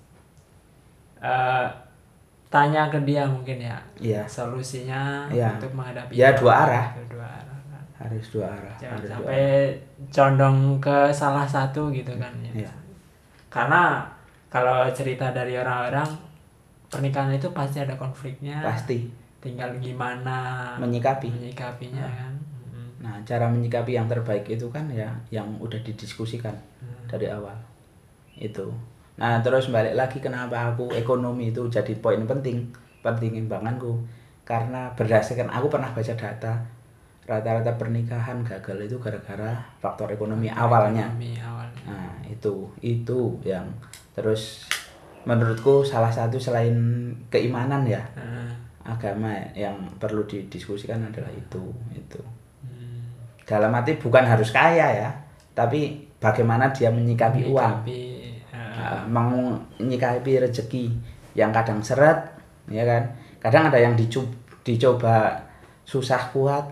uh, tanya ke dia mungkin ya, ya. solusinya ya. Untuk menghadapi ya dua arah. Dua arah. Harus dua arah. Jangan harus sampai dua arah. condong ke salah satu gitu kan ya. Ya. Karena kalau cerita dari orang-orang, pernikahan itu pasti ada konfliknya. Pasti. Tinggal gimana menyikapi. Menyikapinya nah. kan. Nah, cara menyikapi yang terbaik itu kan ya yang udah didiskusikan hmm. dari awal. Itu. Nah, terus balik lagi kenapa aku ekonomi itu jadi poin penting, penting imbanganku. Karena berdasarkan aku pernah baca data, rata-rata pernikahan gagal itu gara-gara faktor ekonomi faktor awalnya. Ekonomi awalnya. Nah, itu itu yang terus menurutku salah satu selain keimanan ya, hmm. agama yang perlu didiskusikan adalah itu, itu. Hmm. Dalam arti bukan harus kaya ya, tapi bagaimana dia menyikapi, menyikapi uang, uh, mau menyikapi rezeki yang kadang seret, ya kan? Kadang ada yang dicoba, dicoba susah kuat.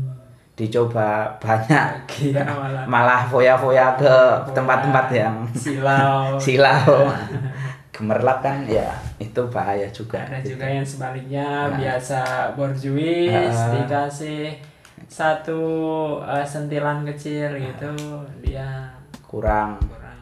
Dicoba banyak ya, malah, malah foya-foya ke tempat-tempat yang silau silau gemerlap kan ya, itu bahaya juga. Ada gitu. Juga yang sebaliknya nah. Biasa borjuis uh, dikasih satu uh, sentilan kecil uh, gitu dia kurang kurang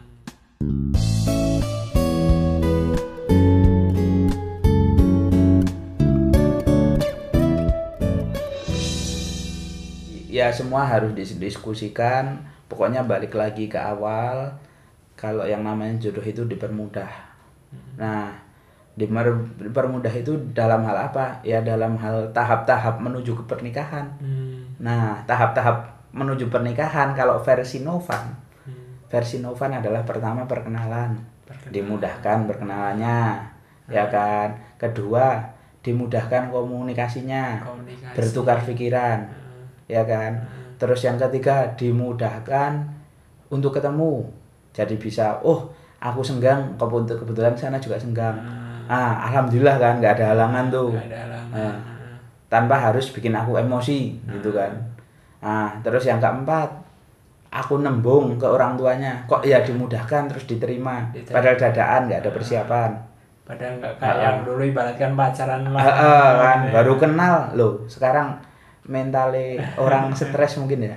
ya semua harus didiskusikan. Pokoknya balik lagi ke awal, kalau yang namanya jodoh itu dipermudah. hmm. Nah dipermudah itu dalam hal apa ya, dalam hal tahap-tahap menuju ke pernikahan. hmm. Nah tahap-tahap menuju pernikahan kalau versi Novan, hmm. versi Novan adalah pertama perkenalan, perkenalan. Dimudahkan perkenalannya, hmm. ya kan. Kedua dimudahkan komunikasinya, Komunikasi. bertukar pikiran, hmm. ya kan. hmm. Terus yang ketiga dimudahkan untuk ketemu, jadi bisa oh aku senggang, kebetulan sana juga senggang. hmm. ah alhamdulillah kan, nggak ada halangan tuh, ada halangan. Nah, tanpa harus bikin aku emosi. hmm. gitu kan. Nah terus yang keempat aku nembung ke orang tuanya, kok ya dimudahkan terus diterima, diterima. Padahal dadaan, nggak ada persiapan. Padahal nggak kayak uh, yang dulu ibaratkan pacaran lah. Uh, uh, kan ya. Baru kenal loh, sekarang mentale orang stres mungkin ya,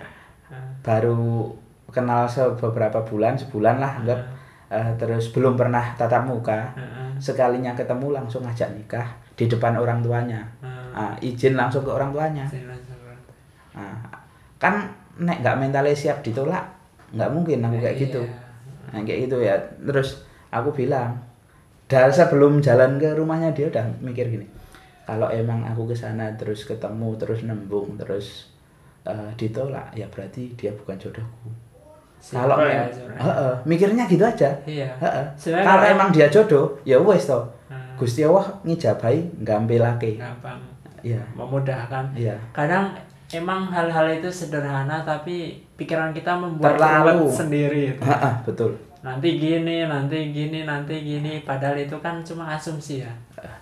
baru kenal beberapa bulan, sebulan lah anggap, uh, terus belum pernah tatap muka, sekalinya ketemu langsung ngajak nikah di depan orang tuanya, uh, izin langsung ke orang tuanya. Nah, kan nek nggak mentale siap ditolak, nggak mungkin aku kayak gitu. Nah, kayak gitu ya. Terus aku bilang, dari sebelum jalan ke rumahnya dia udah mikir gini, kalau emang aku kesana terus ketemu terus nembung terus uh, ditolak ya berarti dia bukan jodohku. Kalau ya, uh, uh, mikirnya gitu aja. Iya. Uh, uh. Kalau emang dia jodoh ya wes toh. Hmm. Gusti Allah ngijabahi gampilake. Gampang. Iya. Memudahkan. Iya. Kadang emang hal-hal itu sederhana tapi pikiran kita membuat terlalu sendiri. Uh, uh, betul. Nanti gini, nanti gini, nanti gini, padahal itu kan cuma asumsi ya.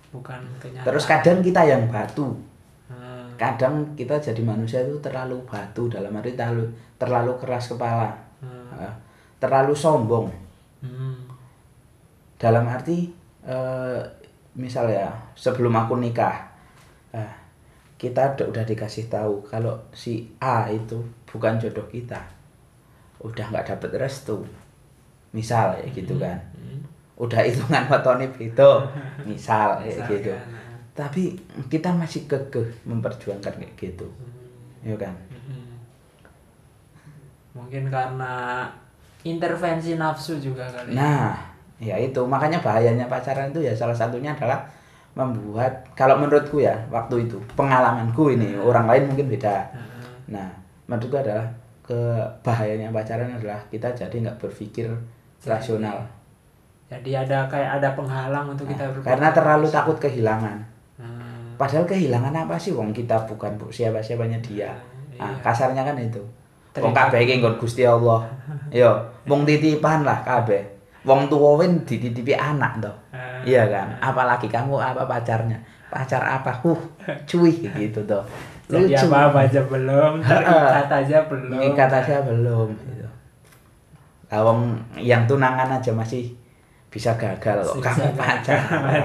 bukan kenyataan. Terus kadang kita yang batu. Hmm. Kadang kita jadi manusia itu terlalu batu, dalam arti terlalu terlalu keras kepala. Hmm. Terlalu sombong. Hmm. Dalam arti eh, misal ya, sebelum aku nikah, eh, kita udah, udah dikasih tahu kalau si A itu bukan jodoh kita, udah nggak dapet restu, misal ya gitu kan. Hmm. Udah hitungan wetone beda, misal kayak Misalkan, gitu. Tapi kita masih kekeh memperjuangkan kayak gitu. Hmm. Ya kan? Hmm. Mungkin karena intervensi nafsu juga kali. Nah, ya itu makanya bahayanya pacaran itu ya salah satunya adalah membuat, kalau menurutku ya waktu itu pengalamanku ini, hmm. orang lain mungkin beda. Hmm. Nah, menurutku adalah kebahayanya pacaran adalah kita jadi nggak berpikir jadi, rasional. Jadi ada kayak ada penghalang untuk nah, kita berpikir. Karena terlalu rasional. Takut kehilangan. Hmm. Padahal kehilangan apa sih? Wong kita bukan siapa-siapanya dia. Hmm, nah, iya. Kasarnya kan itu. Wong kabeh iki nggon Gusti Allah. Yo, wong titipan lah kabeh. Wong tuwa win dititipi anak to. Uh, iya kan? Apalagi kamu apa pacarnya? Pacar apa? Huh, cuy gitu to. Lucu. Jadi apa aja belum, terikat aja belum. Terikat aja belum gitu. Lah wong yang tunangan aja masih bisa gagal kok kamu pacar.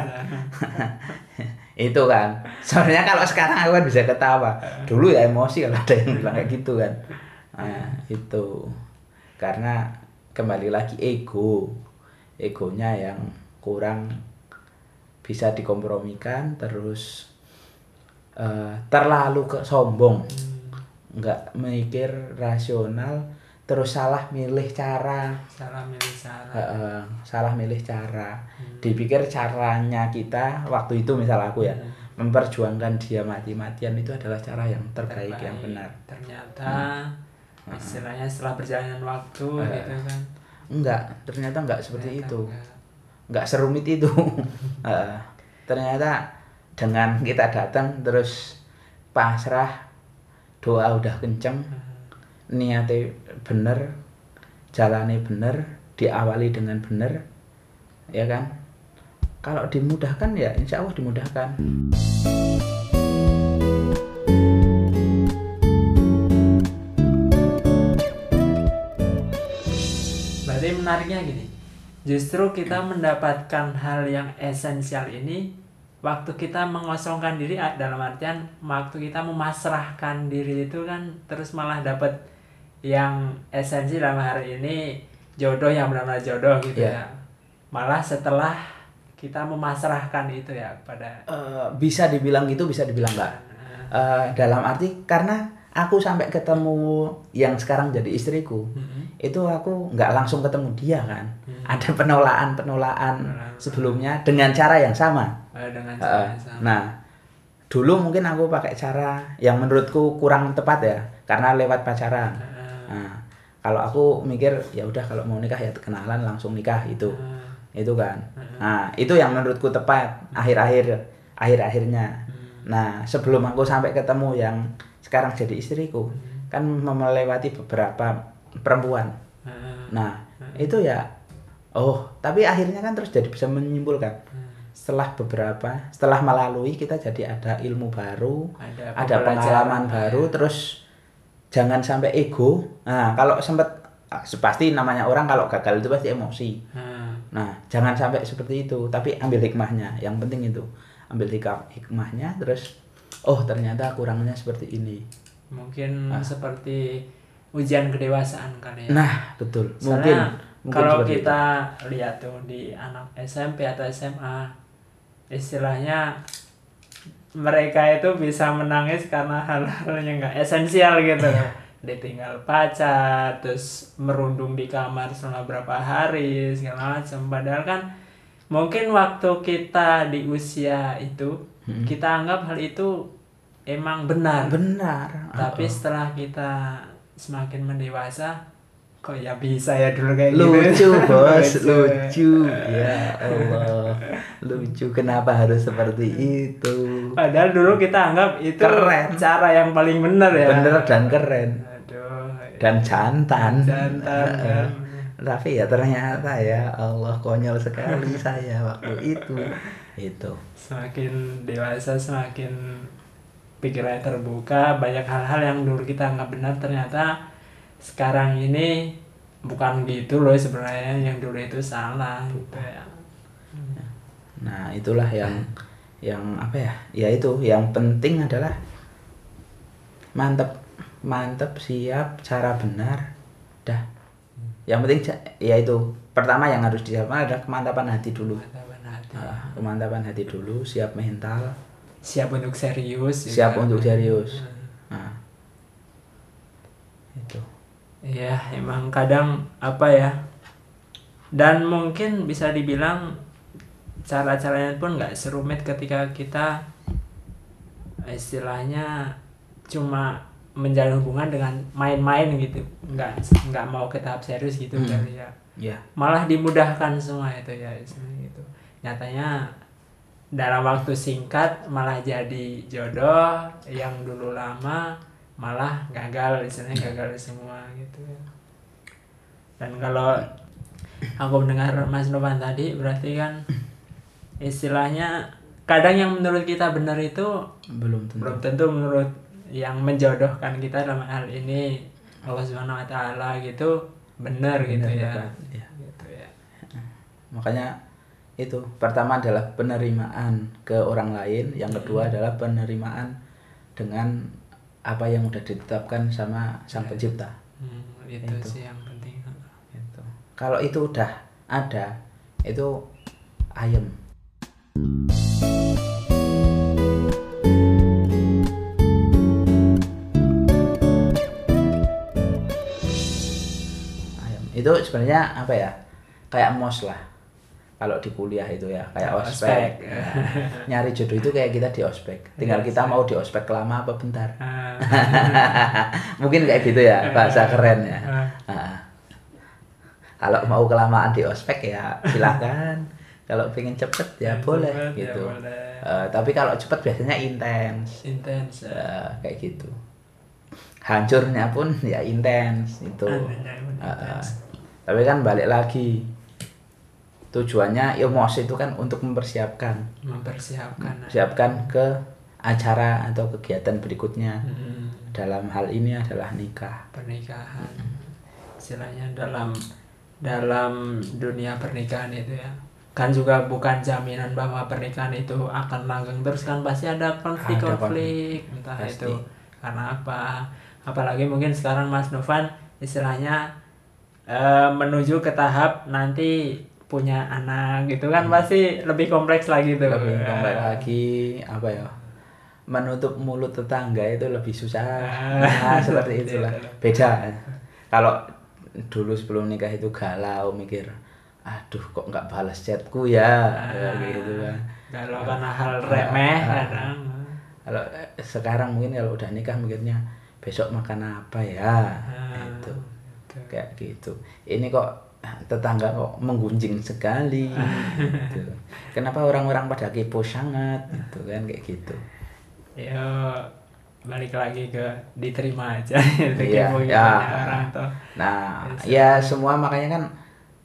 Itu kan. Soalnya kalau sekarang aku kan bisa ketawa. Dulu ya emosi kalau ada yang bilang kayak gitu kan. Nah, itu karena kembali lagi ego, egonya yang kurang bisa dikompromikan, terus uh, terlalu ke sombong, nggak mikir rasional, terus salah milih cara, salah milih cara, uh, uh, salah milih cara, hmm. dipikir caranya kita waktu itu misal aku ya hmm. memperjuangkan dia mati-matian itu adalah cara yang terbaik, terbaik. Yang benar. Ternyata hmm. istilahnya setelah perjalanan waktu uh, gitu kan enggak, ternyata enggak seperti ternyata itu enggak. enggak serumit itu. uh, ternyata dengan kita datang terus pasrah, doa udah kenceng, uh. niatnya bener, jalannya bener, diawali dengan bener, ya kan. Kalau dimudahkan ya insya Allah dimudahkan. Menariknya gini, justru kita mendapatkan hal yang esensial ini waktu kita mengosongkan diri, dalam artian waktu kita memasrahkan diri itu kan, terus malah dapat yang esensi dalam hari ini jodoh yang benar-benar jodoh gitu yeah. ya. Malah setelah kita memasrahkan itu ya pada uh, bisa dibilang gitu, bisa dibilang enggak. Uh, dalam arti karena aku sampai ketemu yang sekarang jadi istriku, mm-hmm. itu aku nggak langsung ketemu dia kan, mm-hmm. ada penolakan-penolakan mm-hmm. sebelumnya dengan cara yang sama. Oh, dengan cara yang sama. Nah, dulu mungkin aku pakai cara yang menurutku kurang tepat ya, karena lewat pacaran. Mm-hmm. Nah, kalau aku mikir ya udah kalau mau nikah ya kenalan langsung nikah itu, mm-hmm. itu kan. Mm-hmm. Nah, itu yang menurutku tepat akhir-akhir akhir-akhirnya. Mm-hmm. Nah, sebelum aku sampai ketemu yang sekarang jadi istriku, hmm. kan melewati beberapa perempuan. Hmm. Nah, hmm. itu ya, oh, tapi akhirnya kan terus jadi bisa menyimpulkan. Hmm. Setelah beberapa, setelah melalui kita jadi ada ilmu baru, ada, ada pengalaman baru, ya. Terus jangan sampai ego. Nah, kalau sempat, pasti namanya orang kalau gagal itu pasti emosi. Hmm. Nah, jangan sampai seperti itu, tapi ambil hikmahnya. Yang penting itu, ambil hikmahnya, terus oh ternyata kurangnya seperti ini. Mungkin nah. seperti ujian kedewasaan kali ya. Nah betul. Soalnya mungkin, kalau mungkin kita itu. lihat tuh di anak S M P atau S M A, istilahnya mereka itu bisa menangis karena hal-hal yang nggak esensial gitu. Ditinggal pacar, terus merundung di kamar selama berapa hari segala macam. Padahal kan mungkin waktu kita di usia itu hmm. kita anggap hal itu emang benar. Benar. Tapi uh-oh. setelah kita semakin mendewasa, kok ya bisa ya dulu kayak lucu, gitu. Bos, lucu, lucu. Ya Allah, lucu. Kenapa harus seperti itu? Padahal dulu kita anggap itu keren. Cara yang paling benar ya. Benar dan keren. Aduh. Dan jantan. Jantan. Tapi ya ternyata ya Allah konyol sekali saya waktu itu. itu. Semakin dewasa semakin pikirannya terbuka, banyak hal-hal yang dulu kita anggap benar ternyata sekarang ini bukan gitu loh sebenarnya, yang dulu itu salah gitu ya. Nah itulah yang yang apa ya, ya itu yang penting adalah mantep mantep siap cara benar dah. Yang penting ya itu pertama yang harus disiapkan adalah kemantapan hati dulu. Kemantapan hati. Uh, kemantapan hati dulu, siap mental, siap untuk serius. Siap juga. untuk serius. Nah, itu. Ya emang kadang apa ya. Dan mungkin bisa dibilang cara-caranya pun nggak serumit ketika kita istilahnya cuma menjalin hubungan dengan main-main gitu, nggak nggak mau ke tahap serius gitu hmm. kali ya. Yeah. Malah dimudahkan semua itu ya gitu. Nyatanya dalam waktu singkat malah jadi jodoh, yang dulu lama malah gagal, istilahnya gagal semua gitu ya. Dan kalau aku mendengar Mas Novan tadi berarti kan istilahnya kadang yang menurut kita benar itu belum tentu, belum tentu menurut yang menjodohkan kita dalam hal ini Allah Subhanahu Wa Taala gitu benar gitu ya. ya. Gitu ya. Makanya itu pertama adalah penerimaan ke orang lain, yang kedua hmm. adalah penerimaan dengan apa yang udah ditetapkan sama Sang Pencipta. Hmm, itu, itu sih yang penting. Itu. Kalau itu udah ada, itu ayem. Ayem. Itu sebenarnya apa ya? Kayak mos lah. Kalau di kuliah itu ya, kayak ospek. ospek. Ya. Nyari jodoh itu kayak kita di ospek. Tinggal kita mau di ospek lama apa bentar. Mungkin kayak gitu ya, bahasa keren ya. Nah, kalau mau kelamaan di ospek ya silakan. Kalau pengen cepet ya, ya boleh cepet, gitu. Ya boleh. Uh, tapi kalau cepet biasanya intens. Intens. Uh, kayak gitu. Hancurnya pun ya intens itu. Uh, tapi kan balik lagi. Tujuannya emosi itu kan untuk mempersiapkan. Mempersiapkan. Siapkan ke acara atau kegiatan berikutnya. Hmm. Dalam hal ini adalah nikah. Pernikahan. Istilahnya dalam dalam dunia pernikahan itu ya. Kan juga bukan jaminan bahwa pernikahan itu akan langgeng terus, kan pasti ada konflik-konflik, entah pasti. Itu karena apa, apalagi mungkin sekarang Mas Novan istilahnya e, menuju ke tahap nanti punya anak gitu kan, hmm. pasti lebih kompleks lagi tuh. Lebih kompleks lagi, apa ya, menutup mulut tetangga itu lebih susah. Nah, seperti itulah. Beda. Kalau dulu sebelum nikah itu galau mikir, aduh kok nggak balas chatku ya, ah, gitu kan. Kalau karena hal remeh ah, kadang. Kalau sekarang mungkin kalau udah nikah mikirnya besok makan apa ya, ah, itu kayak gitu. Ini kok tetangga kok menggunjing sekali, gitu. Kenapa orang-orang pada kepo sangat, gitu kan, kayak gitu. Ya balik lagi ke diterima aja, iya, ya. Orang tuh. Nah, ya semua makanya kan.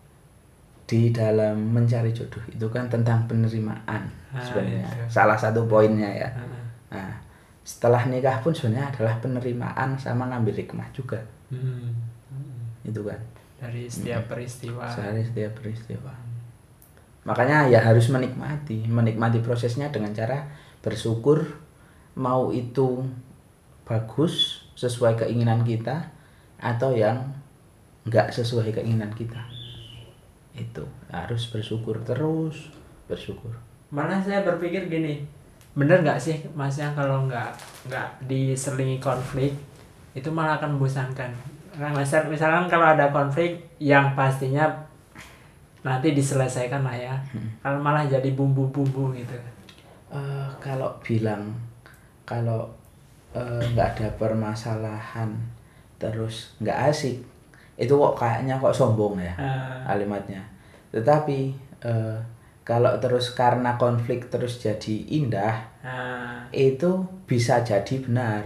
Di dalam mencari jodoh itu kan tentang penerimaan ah, sebenarnya itu. Salah satu poinnya ya. Ah. Nah, setelah nikah pun sebenarnya adalah penerimaan sama ngambil hikmah juga. Hmm. Hmm. Itu kan. Dari setiap hmm. peristiwa. Dari setiap peristiwa. Hmm. Makanya ya harus menikmati, menikmati prosesnya dengan cara bersyukur, mau itu bagus sesuai keinginan kita atau yang enggak sesuai keinginan kita. Itu harus bersyukur terus, bersyukur. Malah saya berpikir gini, bener nggak sih masnya kalau nggak nggak diselingi konflik itu malah akan membosankan. Nah, misal misalkan kalau ada konflik yang pastinya nanti diselesaikan lah ya, hmm. kalau malah jadi bumbu-bumbu gitu. Uh, kalau bilang kalau nggak uh, ada permasalahan terus nggak asik, itu kok kayaknya kok sombong ya uh. kalimatnya. Tetapi uh, kalau terus karena konflik terus jadi indah, uh. itu bisa jadi benar.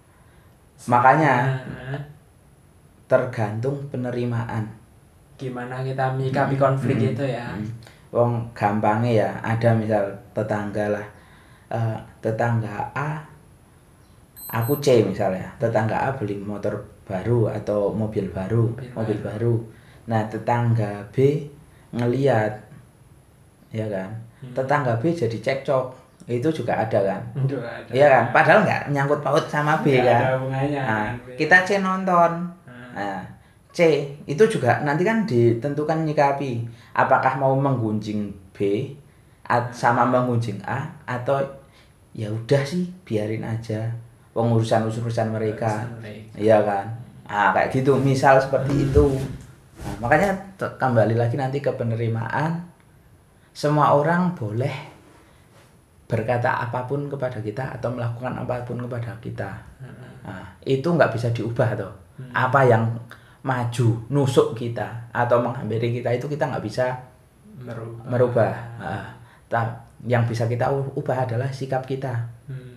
Makanya uh. tergantung penerimaan. Gimana kita menyikapi konflik hmm. itu ya. Hmm. wong gampangnya ya ada misal tetangga lah, uh, tetangga A, aku C misalnya, tetangga A beli motor baru atau mobil baru, mobil, mobil baru. Nah tetangga B ngeliat, ya kan, hmm. tetangga B jadi cekcok, itu juga ada kan, iya kan, padahal nggak nyangkut paut sama B nggak kan. ada hubungannya, nah kan, kita C nonton, hmm. nah C itu juga nanti kan ditentukan nyikapi apakah mau menggunjing B sama menggunjing A atau ya udah sih biarin aja pengurusan urusan mereka, iya kan. Nah kayak gitu misal seperti itu. Nah, makanya kembali lagi nanti ke penerimaan, semua orang boleh berkata apapun kepada kita atau melakukan apapun kepada kita. Nah, itu nggak bisa diubah toh. Apa yang maju nusuk kita atau menghampiri kita itu kita nggak bisa merubah, merubah. Nah, yang bisa kita ubah adalah sikap kita, hmm.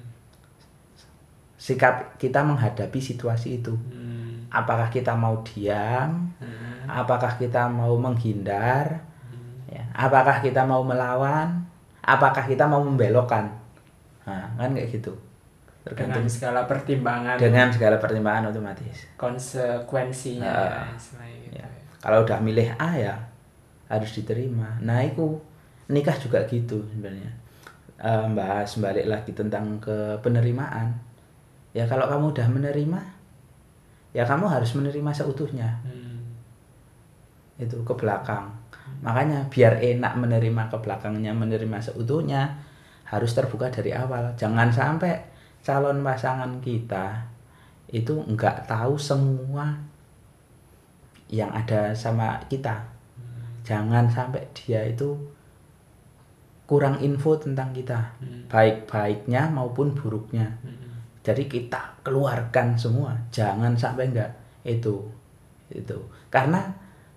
sikap kita menghadapi situasi itu. hmm. Apakah kita mau diam, hmm. apakah kita mau menghindar, hmm. ya. Apakah kita mau melawan, apakah kita mau membelokkan. Nah, kan kayak gitu. Tergantung dengan segala pertimbangan, dengan segala pertimbangan otomatis konsekuensinya, uh, ya. Ya. Kalau udah milih A ya harus diterima. Nah itu nikah juga gitu sebenarnya. Uh, bahas balik lagi tentang ke penerimaan. Ya kalau kamu udah menerima, ya kamu harus menerima seutuhnya. hmm. Itu ke belakang. hmm. Makanya biar enak menerima ke belakangnya, menerima seutuhnya, harus terbuka dari awal. Jangan sampai calon pasangan kita itu enggak tahu semua yang ada sama kita. hmm. Jangan sampai dia itu kurang info tentang kita, hmm. baik-baiknya maupun buruknya. hmm. Jadi kita keluarkan semua, jangan sampai enggak itu itu karena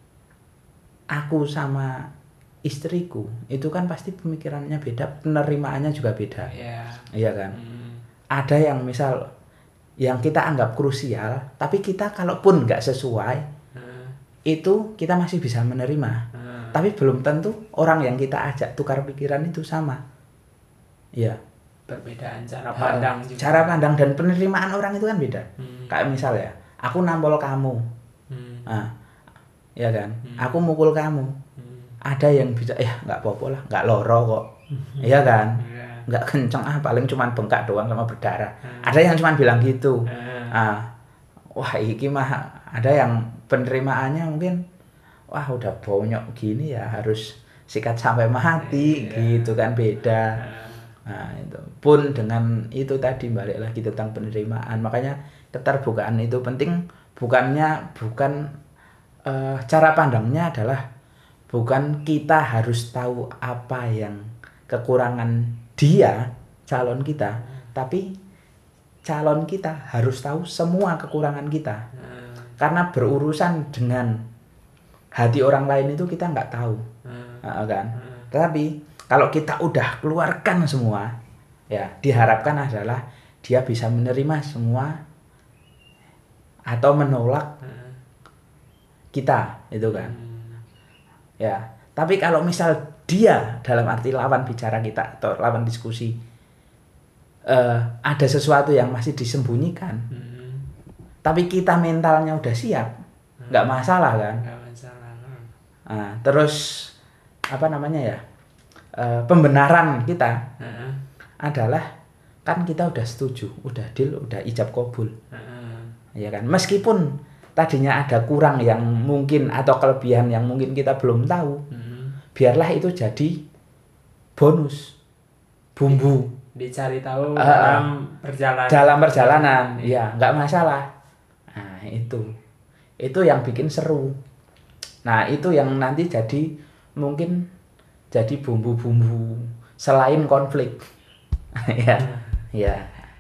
aku sama istriku itu kan pasti pemikirannya beda, penerimaannya juga beda. yeah. Iya kan. hmm. Ada yang misal yang kita anggap krusial, tapi kita kalaupun nggak sesuai, hmm. itu kita masih bisa menerima. Hmm. Tapi belum tentu orang yang kita ajak tukar pikiran itu sama. Ya. Perbedaan cara pandang uh, juga. Cara pandang dan penerimaan orang itu kan beda. Hmm. Kayak misal ya, aku nampol kamu, hmm. nah, ya kan, hmm. aku mukul kamu. Hmm. Ada yang bisa, ya nggak apa-apa lah, nggak loro kok, iya kan. Nggak kenceng ah, paling cuman bengkak doang sama berdarah. hmm. Ada yang cuman bilang gitu. hmm. ah, wah iki mah ada yang penerimaannya mungkin wah udah bonyok gini ya harus sikat sampai mati. yeah. Gitu kan, beda. hmm. Nah itu pun dengan itu tadi balik lagi tentang penerimaan. Makanya keterbukaan itu penting, bukannya bukan uh, cara pandangnya adalah bukan kita harus tahu apa yang kekurangan dia calon kita, hmm. tapi calon kita harus tahu semua kekurangan kita. hmm. Karena berurusan dengan hati orang lain itu kita nggak tahu. hmm. Nah, kan. hmm. Tapi kalau kita udah keluarkan semua, ya diharapkan adalah dia bisa menerima semua atau menolak hmm. kita, itu kan. hmm. Ya, tapi kalau misal dia dalam arti lawan bicara kita atau lawan diskusi uh, ada sesuatu yang masih disembunyikan, hmm. tapi kita mentalnya udah siap, nggak hmm. masalah kan. Nggak masalah. Nah, terus apa namanya ya, uh, pembenaran kita hmm. adalah kan kita udah setuju, udah deal, udah ijab kabul, hmm. ya kan. Meskipun tadinya ada kurang yang mungkin atau kelebihan yang mungkin kita belum tahu. hmm. Biarlah itu jadi bonus, bumbu dicari tahu uh, dalam perjalanan. Dalam perjalanan, ya nggak masalah. Nah itu, itu yang bikin seru. Nah itu yang nanti jadi mungkin jadi bumbu-bumbu selain konflik. ya, ya.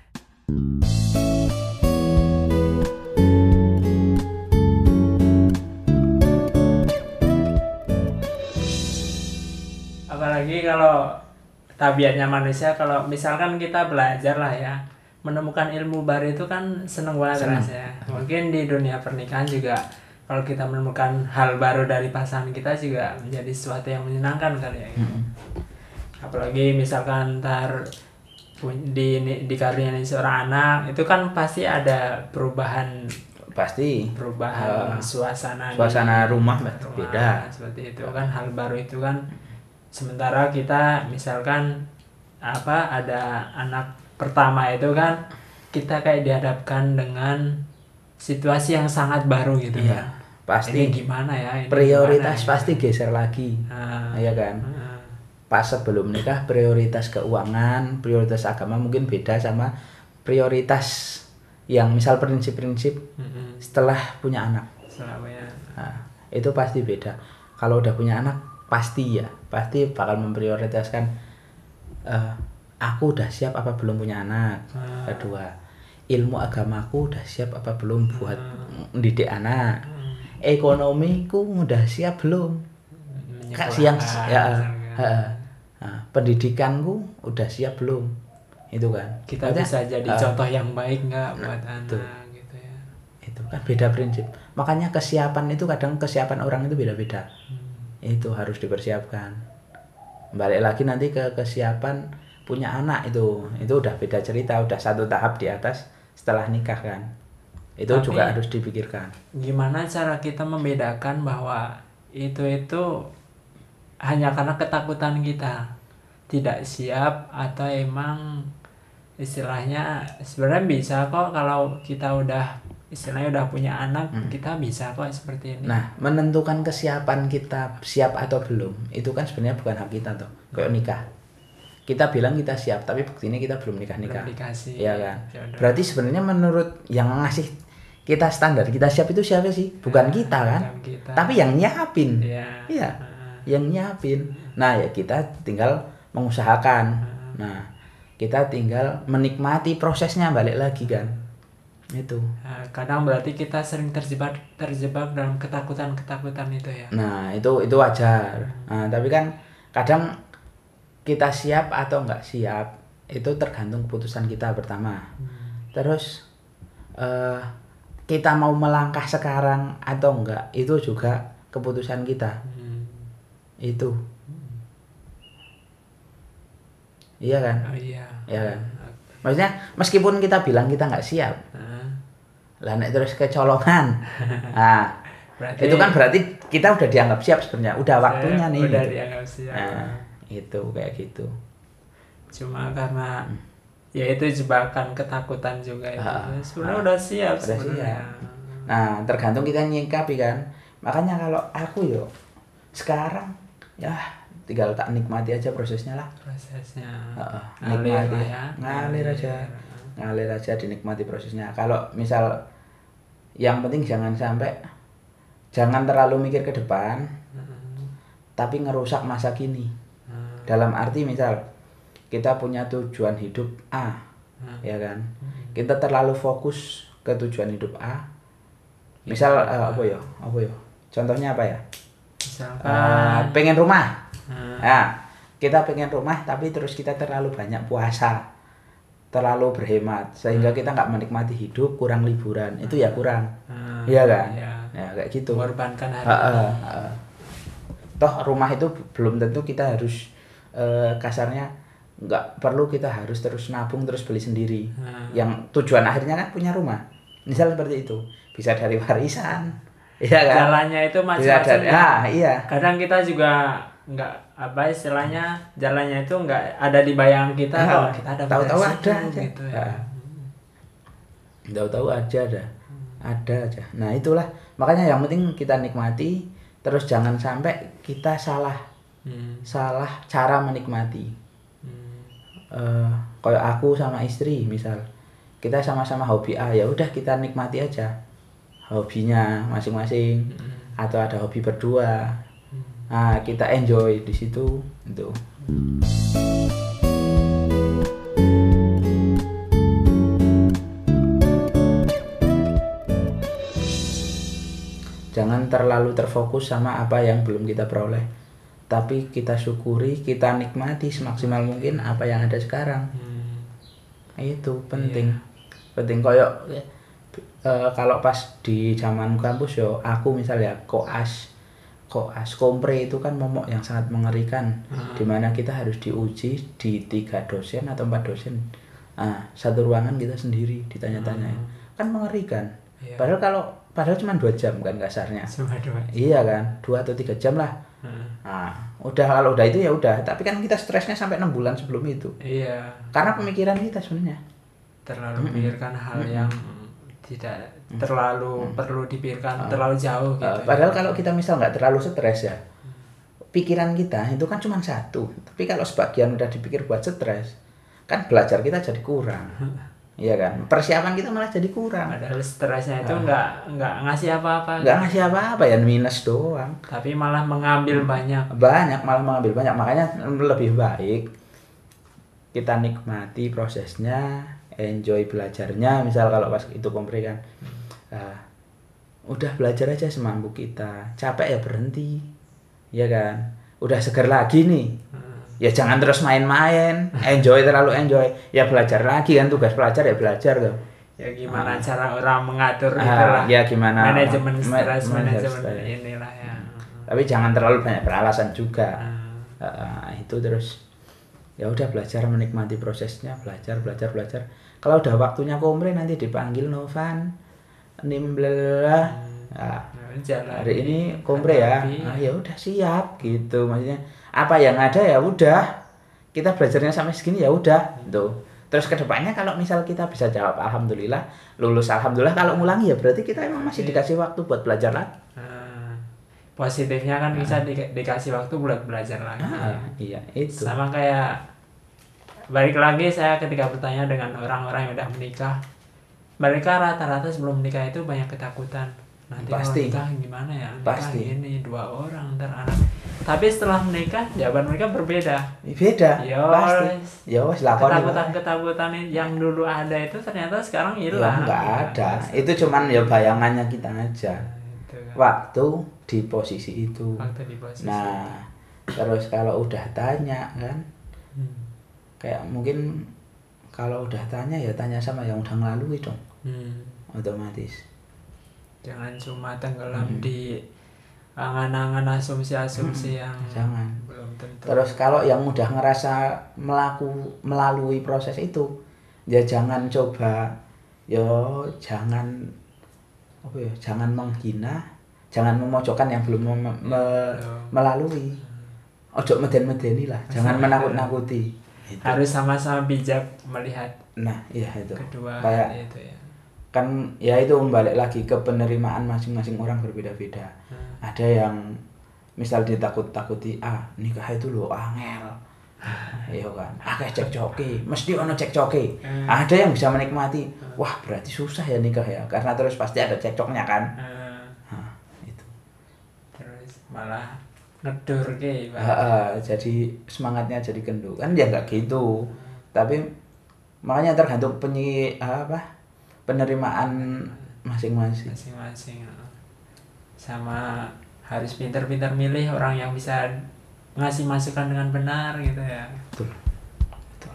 Apalagi kalau tabiatnya manusia, kalau misalkan kita belajar lah ya, menemukan ilmu baru itu kan seneng banget rasanya. Mungkin di dunia pernikahan juga kalau kita menemukan hal baru dari pasangan kita juga menjadi sesuatu yang menyenangkan kali ya. Mm-mm. Apalagi misalkan ntar pu- di dikaruniai seorang anak, itu kan pasti ada perubahan Pasti perubahan Eh, suasana suasana di rumah rumah, beda. seperti itu kan, hal baru itu kan. Sementara kita misalkan apa ada anak pertama itu kan, kita kayak dihadapkan dengan situasi yang sangat baru gitu Iya, kan. pasti Ini gimana ya? Ini prioritas gimana ya? pasti geser lagi. Ah, Iya kan? ah, Pas sebelum nikah prioritas keuangan, prioritas agama mungkin beda sama prioritas yang misal prinsip-prinsip mm-mm. setelah punya anak. Selamanya. Nah, itu pasti beda. Kalau udah punya anak pasti ya, pasti bakal memprioritaskan eh, aku udah siap apa belum punya anak. Ah. Kedua, ilmu agamaku udah siap apa belum buat mendidik anak. Hmm. Ekonomiku udah siap belum? Kak siang Menyekolahkan, ya, misalkan. ha, nah, pendidikanku udah siap belum? Itu kan. Kita Maksudnya, bisa jadi eh, contoh yang baik nggak buat betul. anak gitu ya. itu kan beda prinsip. Makanya kesiapan itu kadang kesiapan orang itu beda-beda. Hmm. Itu harus dipersiapkan. Balik lagi nanti ke kesiapan punya anak itu, itu udah beda cerita, udah satu tahap di atas setelah nikah kan. Itu Tapi- juga harus dipikirkan. Gimana cara kita membedakan bahwa itu itu hanya karena ketakutan kita tidak siap, atau emang istilahnya sebenarnya bisa kok kalau kita udah istilahnya udah punya anak, kita bisa kok seperti ini. Nah, menentukan kesiapan kita siap atau belum, itu kan sebenarnya bukan hak kita tuh. Kayak nikah. Kita bilang kita siap, tapi buktinya kita belum nikah-nikah. Belum dikasih Iya kan? jodoh. Berarti sebenarnya menurut yang ngasih kita standar kita siap itu siapa sih? Bukan kita kan? Bukan kita. Tapi yang nyiapin. Iya. Iya. Ah, Yang nyiapin. Nah, ya kita tinggal mengusahakan. Nah, kita tinggal menikmati prosesnya, balik lagi kan. Itu. nah, kadang berarti kita sering terjebak terjebak dalam ketakutan-ketakutan itu ya. Nah, itu itu wajar. Nah, tapi kan kadang kita siap atau enggak siap itu tergantung keputusan kita pertama. Terus eh, kita mau melangkah sekarang atau enggak itu juga keputusan kita. Hmm. Itu. Iya kan? Oh iya. Iya kan? Maksudnya meskipun kita bilang kita nggak siap, Nah, lah nek terus kecolongan. Nah, berarti itu kan berarti kita udah dianggap siap sebenarnya, udah waktunya nih. udah gitu. dianggap siap. Nah, itu kayak gitu. Cuma karena ya itu jebakan ketakutan juga itu. Ah, Sebenarnya ah. udah siap Udah sebenarnya. siap. Nah, tergantung kita nyikapi kan. Makanya kalau aku yo sekarang ya tinggal tak nikmati aja prosesnya lah. Prosesnya. Heeh, Ngalir nikmati lah ya. ngalir aja. Ngalir aja dinikmati prosesnya. Kalau misal yang penting jangan sampai jangan terlalu mikir ke depan, Hmm. tapi ngerusak masa kini. Hmm. Dalam arti misal kita punya tujuan hidup A, Hmm. ya kan? Kita terlalu fokus ke tujuan hidup A. Misal eh, apa ya? Apa ya? Contohnya apa ya? Misalkan Eh, pengen rumah. hmm. Nah, kita pengen rumah tapi terus kita terlalu banyak puasa, terlalu berhemat sehingga kita nggak menikmati hidup, kurang liburan. Itu ya kurang. Hmm. Iya kan? Iya. Ya kayak gitu. Mengorbankan hari Heeh, heeh. Toh rumah itu belum tentu kita harus eh, kasarnya nggak perlu kita harus terus nabung terus beli sendiri. Hmm. Yang tujuan akhirnya kan punya rumah. Misal seperti itu. Bisa dari warisan. Iya kan? Jalannya itu Bisa macam-macam. dari ya. ah, iya. Kadang kita juga nggak apa istilahnya jalannya itu nggak ada di bayangan kita. Ya, kalau kita ada tahu-tahu pada ada situ, aja. gitu ya. Ya. Tahu-tahu aja ada. Ada aja. Nah, itulah makanya yang penting kita nikmati terus jangan sampai kita salah Hmm. salah cara menikmati. Hmm. Eh kayak aku sama istri misal kita sama-sama hobi A, ya udah kita nikmati aja hobinya masing-masing, atau ada hobi berdua, nah kita enjoy di situ itu. Jangan terlalu terfokus sama apa yang belum kita peroleh, tapi kita syukuri, kita nikmati semaksimal mungkin apa yang ada sekarang. Hmm. Itu penting. Penting koyok eh, kalau pas di zaman kampus yo aku misalnya koas koas kompre itu kan momok yang sangat mengerikan, Hmm. dimana kita harus diuji di tiga dosen atau empat dosen, ah satu ruangan kita sendiri ditanya-tanya, Hmm. kan mengerikan. Iya. Padahal kalau padahal cuma dua jam kan kasarnya, Cuma dua. iya kan, dua atau tiga jam lah. Hmm. Nah, udah kalau udah itu ya udah, tapi kan kita stresnya sampai enam bulan sebelum itu, Iya. karena pemikiran kita sebenarnya. Terlalu Mm-mm. memikirkan hal Mm-mm. yang tidak terlalu perlu dipikirkan terlalu jauh gitu. Uh, padahal kalau kita misal nggak terlalu stres ya, pikiran kita itu kan cuma satu. Tapi kalau sebagian udah dipikir buat stres, kan belajar kita jadi kurang, iya kan? Persiapan kita malah jadi kurang. Padahal stresnya itu nggak nggak ngasih apa-apa. Nggak ngasih apa-apa ya, minus doang. Tapi malah mengambil banyak. Banyak malah mengambil banyak, makanya lebih baik kita nikmati prosesnya, enjoy belajarnya. Misal kalau pas itu kompre kan, uh, udah belajar aja semampu kita, capek ya berhenti, ya kan, udah seger lagi nih, Hmm. ya jangan terus main-main, enjoy terlalu enjoy, ya belajar lagi kan, tugas belajar ya belajar kan. Ya gimana cara orang mengatur Ah, itulah. ya gimana Manajemen ma- stres, ma- manajemen stres. inilah ya. Tapi jangan terlalu banyak beralasan juga. Hmm. Uh, itu terus ya udah belajar, menikmati prosesnya, belajar belajar belajar. Kalau udah waktunya kompre nanti dipanggil Novan, nimblah. Nah, Jalan. hari ini kompre ya, Hadapi. ah, ya udah siap gitu, maksudnya apa yang ada ya udah, kita belajarnya sampai segini ya udah tuh. Terus kedepannya kalau misal kita bisa jawab alhamdulillah, lulus alhamdulillah, kalau ngulangi ya berarti kita emang masih dikasih waktu buat belajar lagi. Hmm. Positifnya kan bisa di- dikasih waktu buat belajar lagi. Ah, iya itu. Sama kayak balik lagi saya ketika bertanya dengan orang-orang yang udah menikah, mereka rata-rata sebelum menikah itu banyak ketakutan. Nanti Pasti. kalau nikah gimana ya? Nikah Pasti. ini dua orang ntar anak. Tapi setelah menikah jawaban mereka berbeda. Beda, Ya, pasti. Ya wes lakoni. Ketakutan-ketakutan yang dulu ada itu ternyata sekarang Ya hilang. enggak ada. Itu cuman ya bayangannya kita aja. Itu kan. Waktu di posisi itu. Waktu di posisi. Nah, terus kalau udah tanya kan, Hmm. kayak mungkin kalau udah tanya ya tanya sama yang udah ngelalui dong, Hmm. otomatis. Jangan cuma tenggelam Hmm. di angan-angan asumsi-asumsi yang Jangan. belum tentu. Terus kalau yang udah ngerasa melaku melalui proses itu, ya jangan coba, ya jangan apa ya, jangan menghina, jangan memojokkan yang belum mem- me- Belum. melalui. Ojo meden-medeni lah, jangan Sama- menakut-nakuti. Itu. Harus sama-sama bijak melihat Nah, iya itu. kedua Kayak hal itu ya. kan ya itu balik lagi ke penerimaan masing-masing orang berbeda-beda. Hmm. Ada yang misal ditakut-takuti, ah nikah itu loh angel, iya kan, akeh cekcoke, mesti ono cekcoke. Hmm. Ada yang bisa menikmati, wah berarti susah ya nikah ya, karena terus pasti ada cekcoknya kan. Hmm. Nah, itu. Terus malah ngedur ke Pak. Ha, ha, jadi semangatnya jadi kendu kan ya nggak gitu. Tapi makanya tergantung penyi apa penerimaan masing-masing. Masing-masing. Sama harus pintar-pintar milih orang yang bisa ngasih masukan dengan benar gitu ya. Betul. Betul.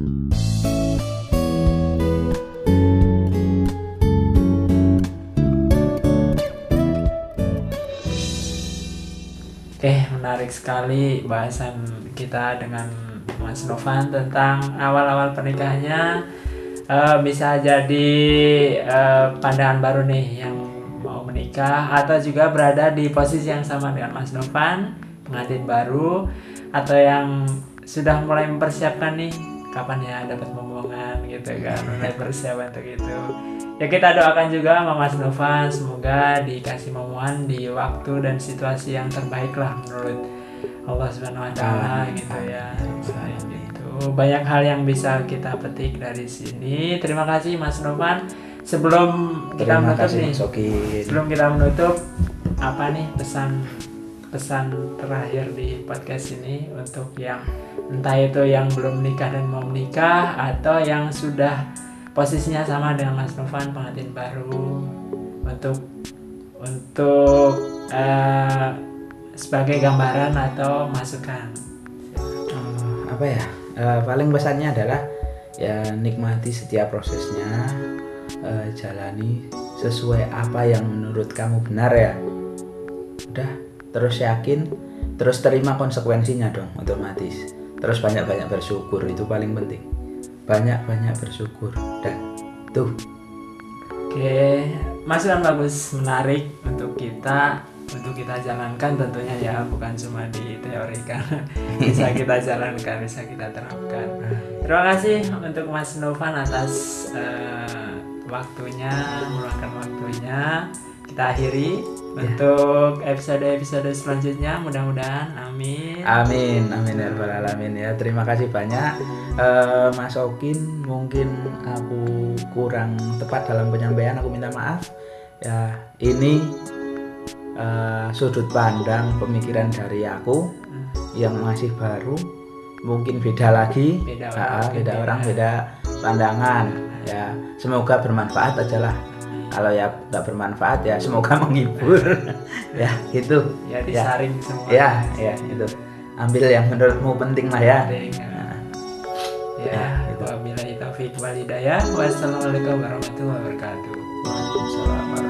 Oke, menarik sekali bahasan kita dengan Mas Novan tentang awal-awal pernikahannya. Eh, bisa jadi eh, pandangan baru nih yang mau menikah atau juga berada di posisi yang sama dengan Mas Novan, pengantin baru, atau yang sudah mulai mempersiapkan nih kapan ya dapat momongan gitu kan, mulai persiapan untuk itu. Ya kita doakan juga sama Mas Novan semoga dikasih momongan di waktu dan situasi yang terbaik lah menurut Allah Subhanahu Wa Taala gitu ya. Selain itu banyak hal yang bisa kita petik dari sini. Terima kasih Mas Novan. Sebelum kita Terima menutup kasih nih, Mas Oki. sebelum kita menutup apa nih pesan pesan terakhir di podcast ini untuk yang entah itu yang belum menikah dan mau menikah atau yang sudah posisinya sama dengan Mas Novan pengantin baru untuk untuk uh, sebagai gambaran atau masukan. Eh, apa ya? Eh, paling pesannya adalah ya nikmati setiap prosesnya, eh, jalani sesuai apa yang menurut kamu benar ya. Udah, terus yakin, terus terima konsekuensinya dong otomatis. Terus banyak-banyak bersyukur, itu paling penting. Banyak-banyak bersyukur. Udah, tuh. Oke, masukan bagus, menarik untuk kita untuk kita jalankan tentunya ya, bukan cuma diteorikan. Bisa kita jalankan, bisa kita terapkan. Terima kasih untuk Mas Novan atas uh, waktunya, meluangkan waktunya. Kita akhiri ya. Untuk episode-episode selanjutnya, mudah-mudahan, amin. Amin, amin ya rabbal alamin ya. Terima kasih banyak uh, Mas Okin. Mungkin aku kurang tepat dalam penyampaian, aku minta maaf. Ya, ini uh, sudut pandang pemikiran dari aku hmm. yang masih baru. Mungkin beda lagi, beda orang, uh, beda, orang beda pandangan. Ya, semoga bermanfaat aja lah. Kalau ya nggak bermanfaat ya semoga menghibur. Ya gitu. Ya disaring ya. Semua. Ya, ya itu. Ambil yang menurutmu penting lah ya. Penting, ya. Ya, wabillahi taufiq wal hidayah. Wassalamualaikum warahmatullahi wabarakatuh. Waalaikumsalam.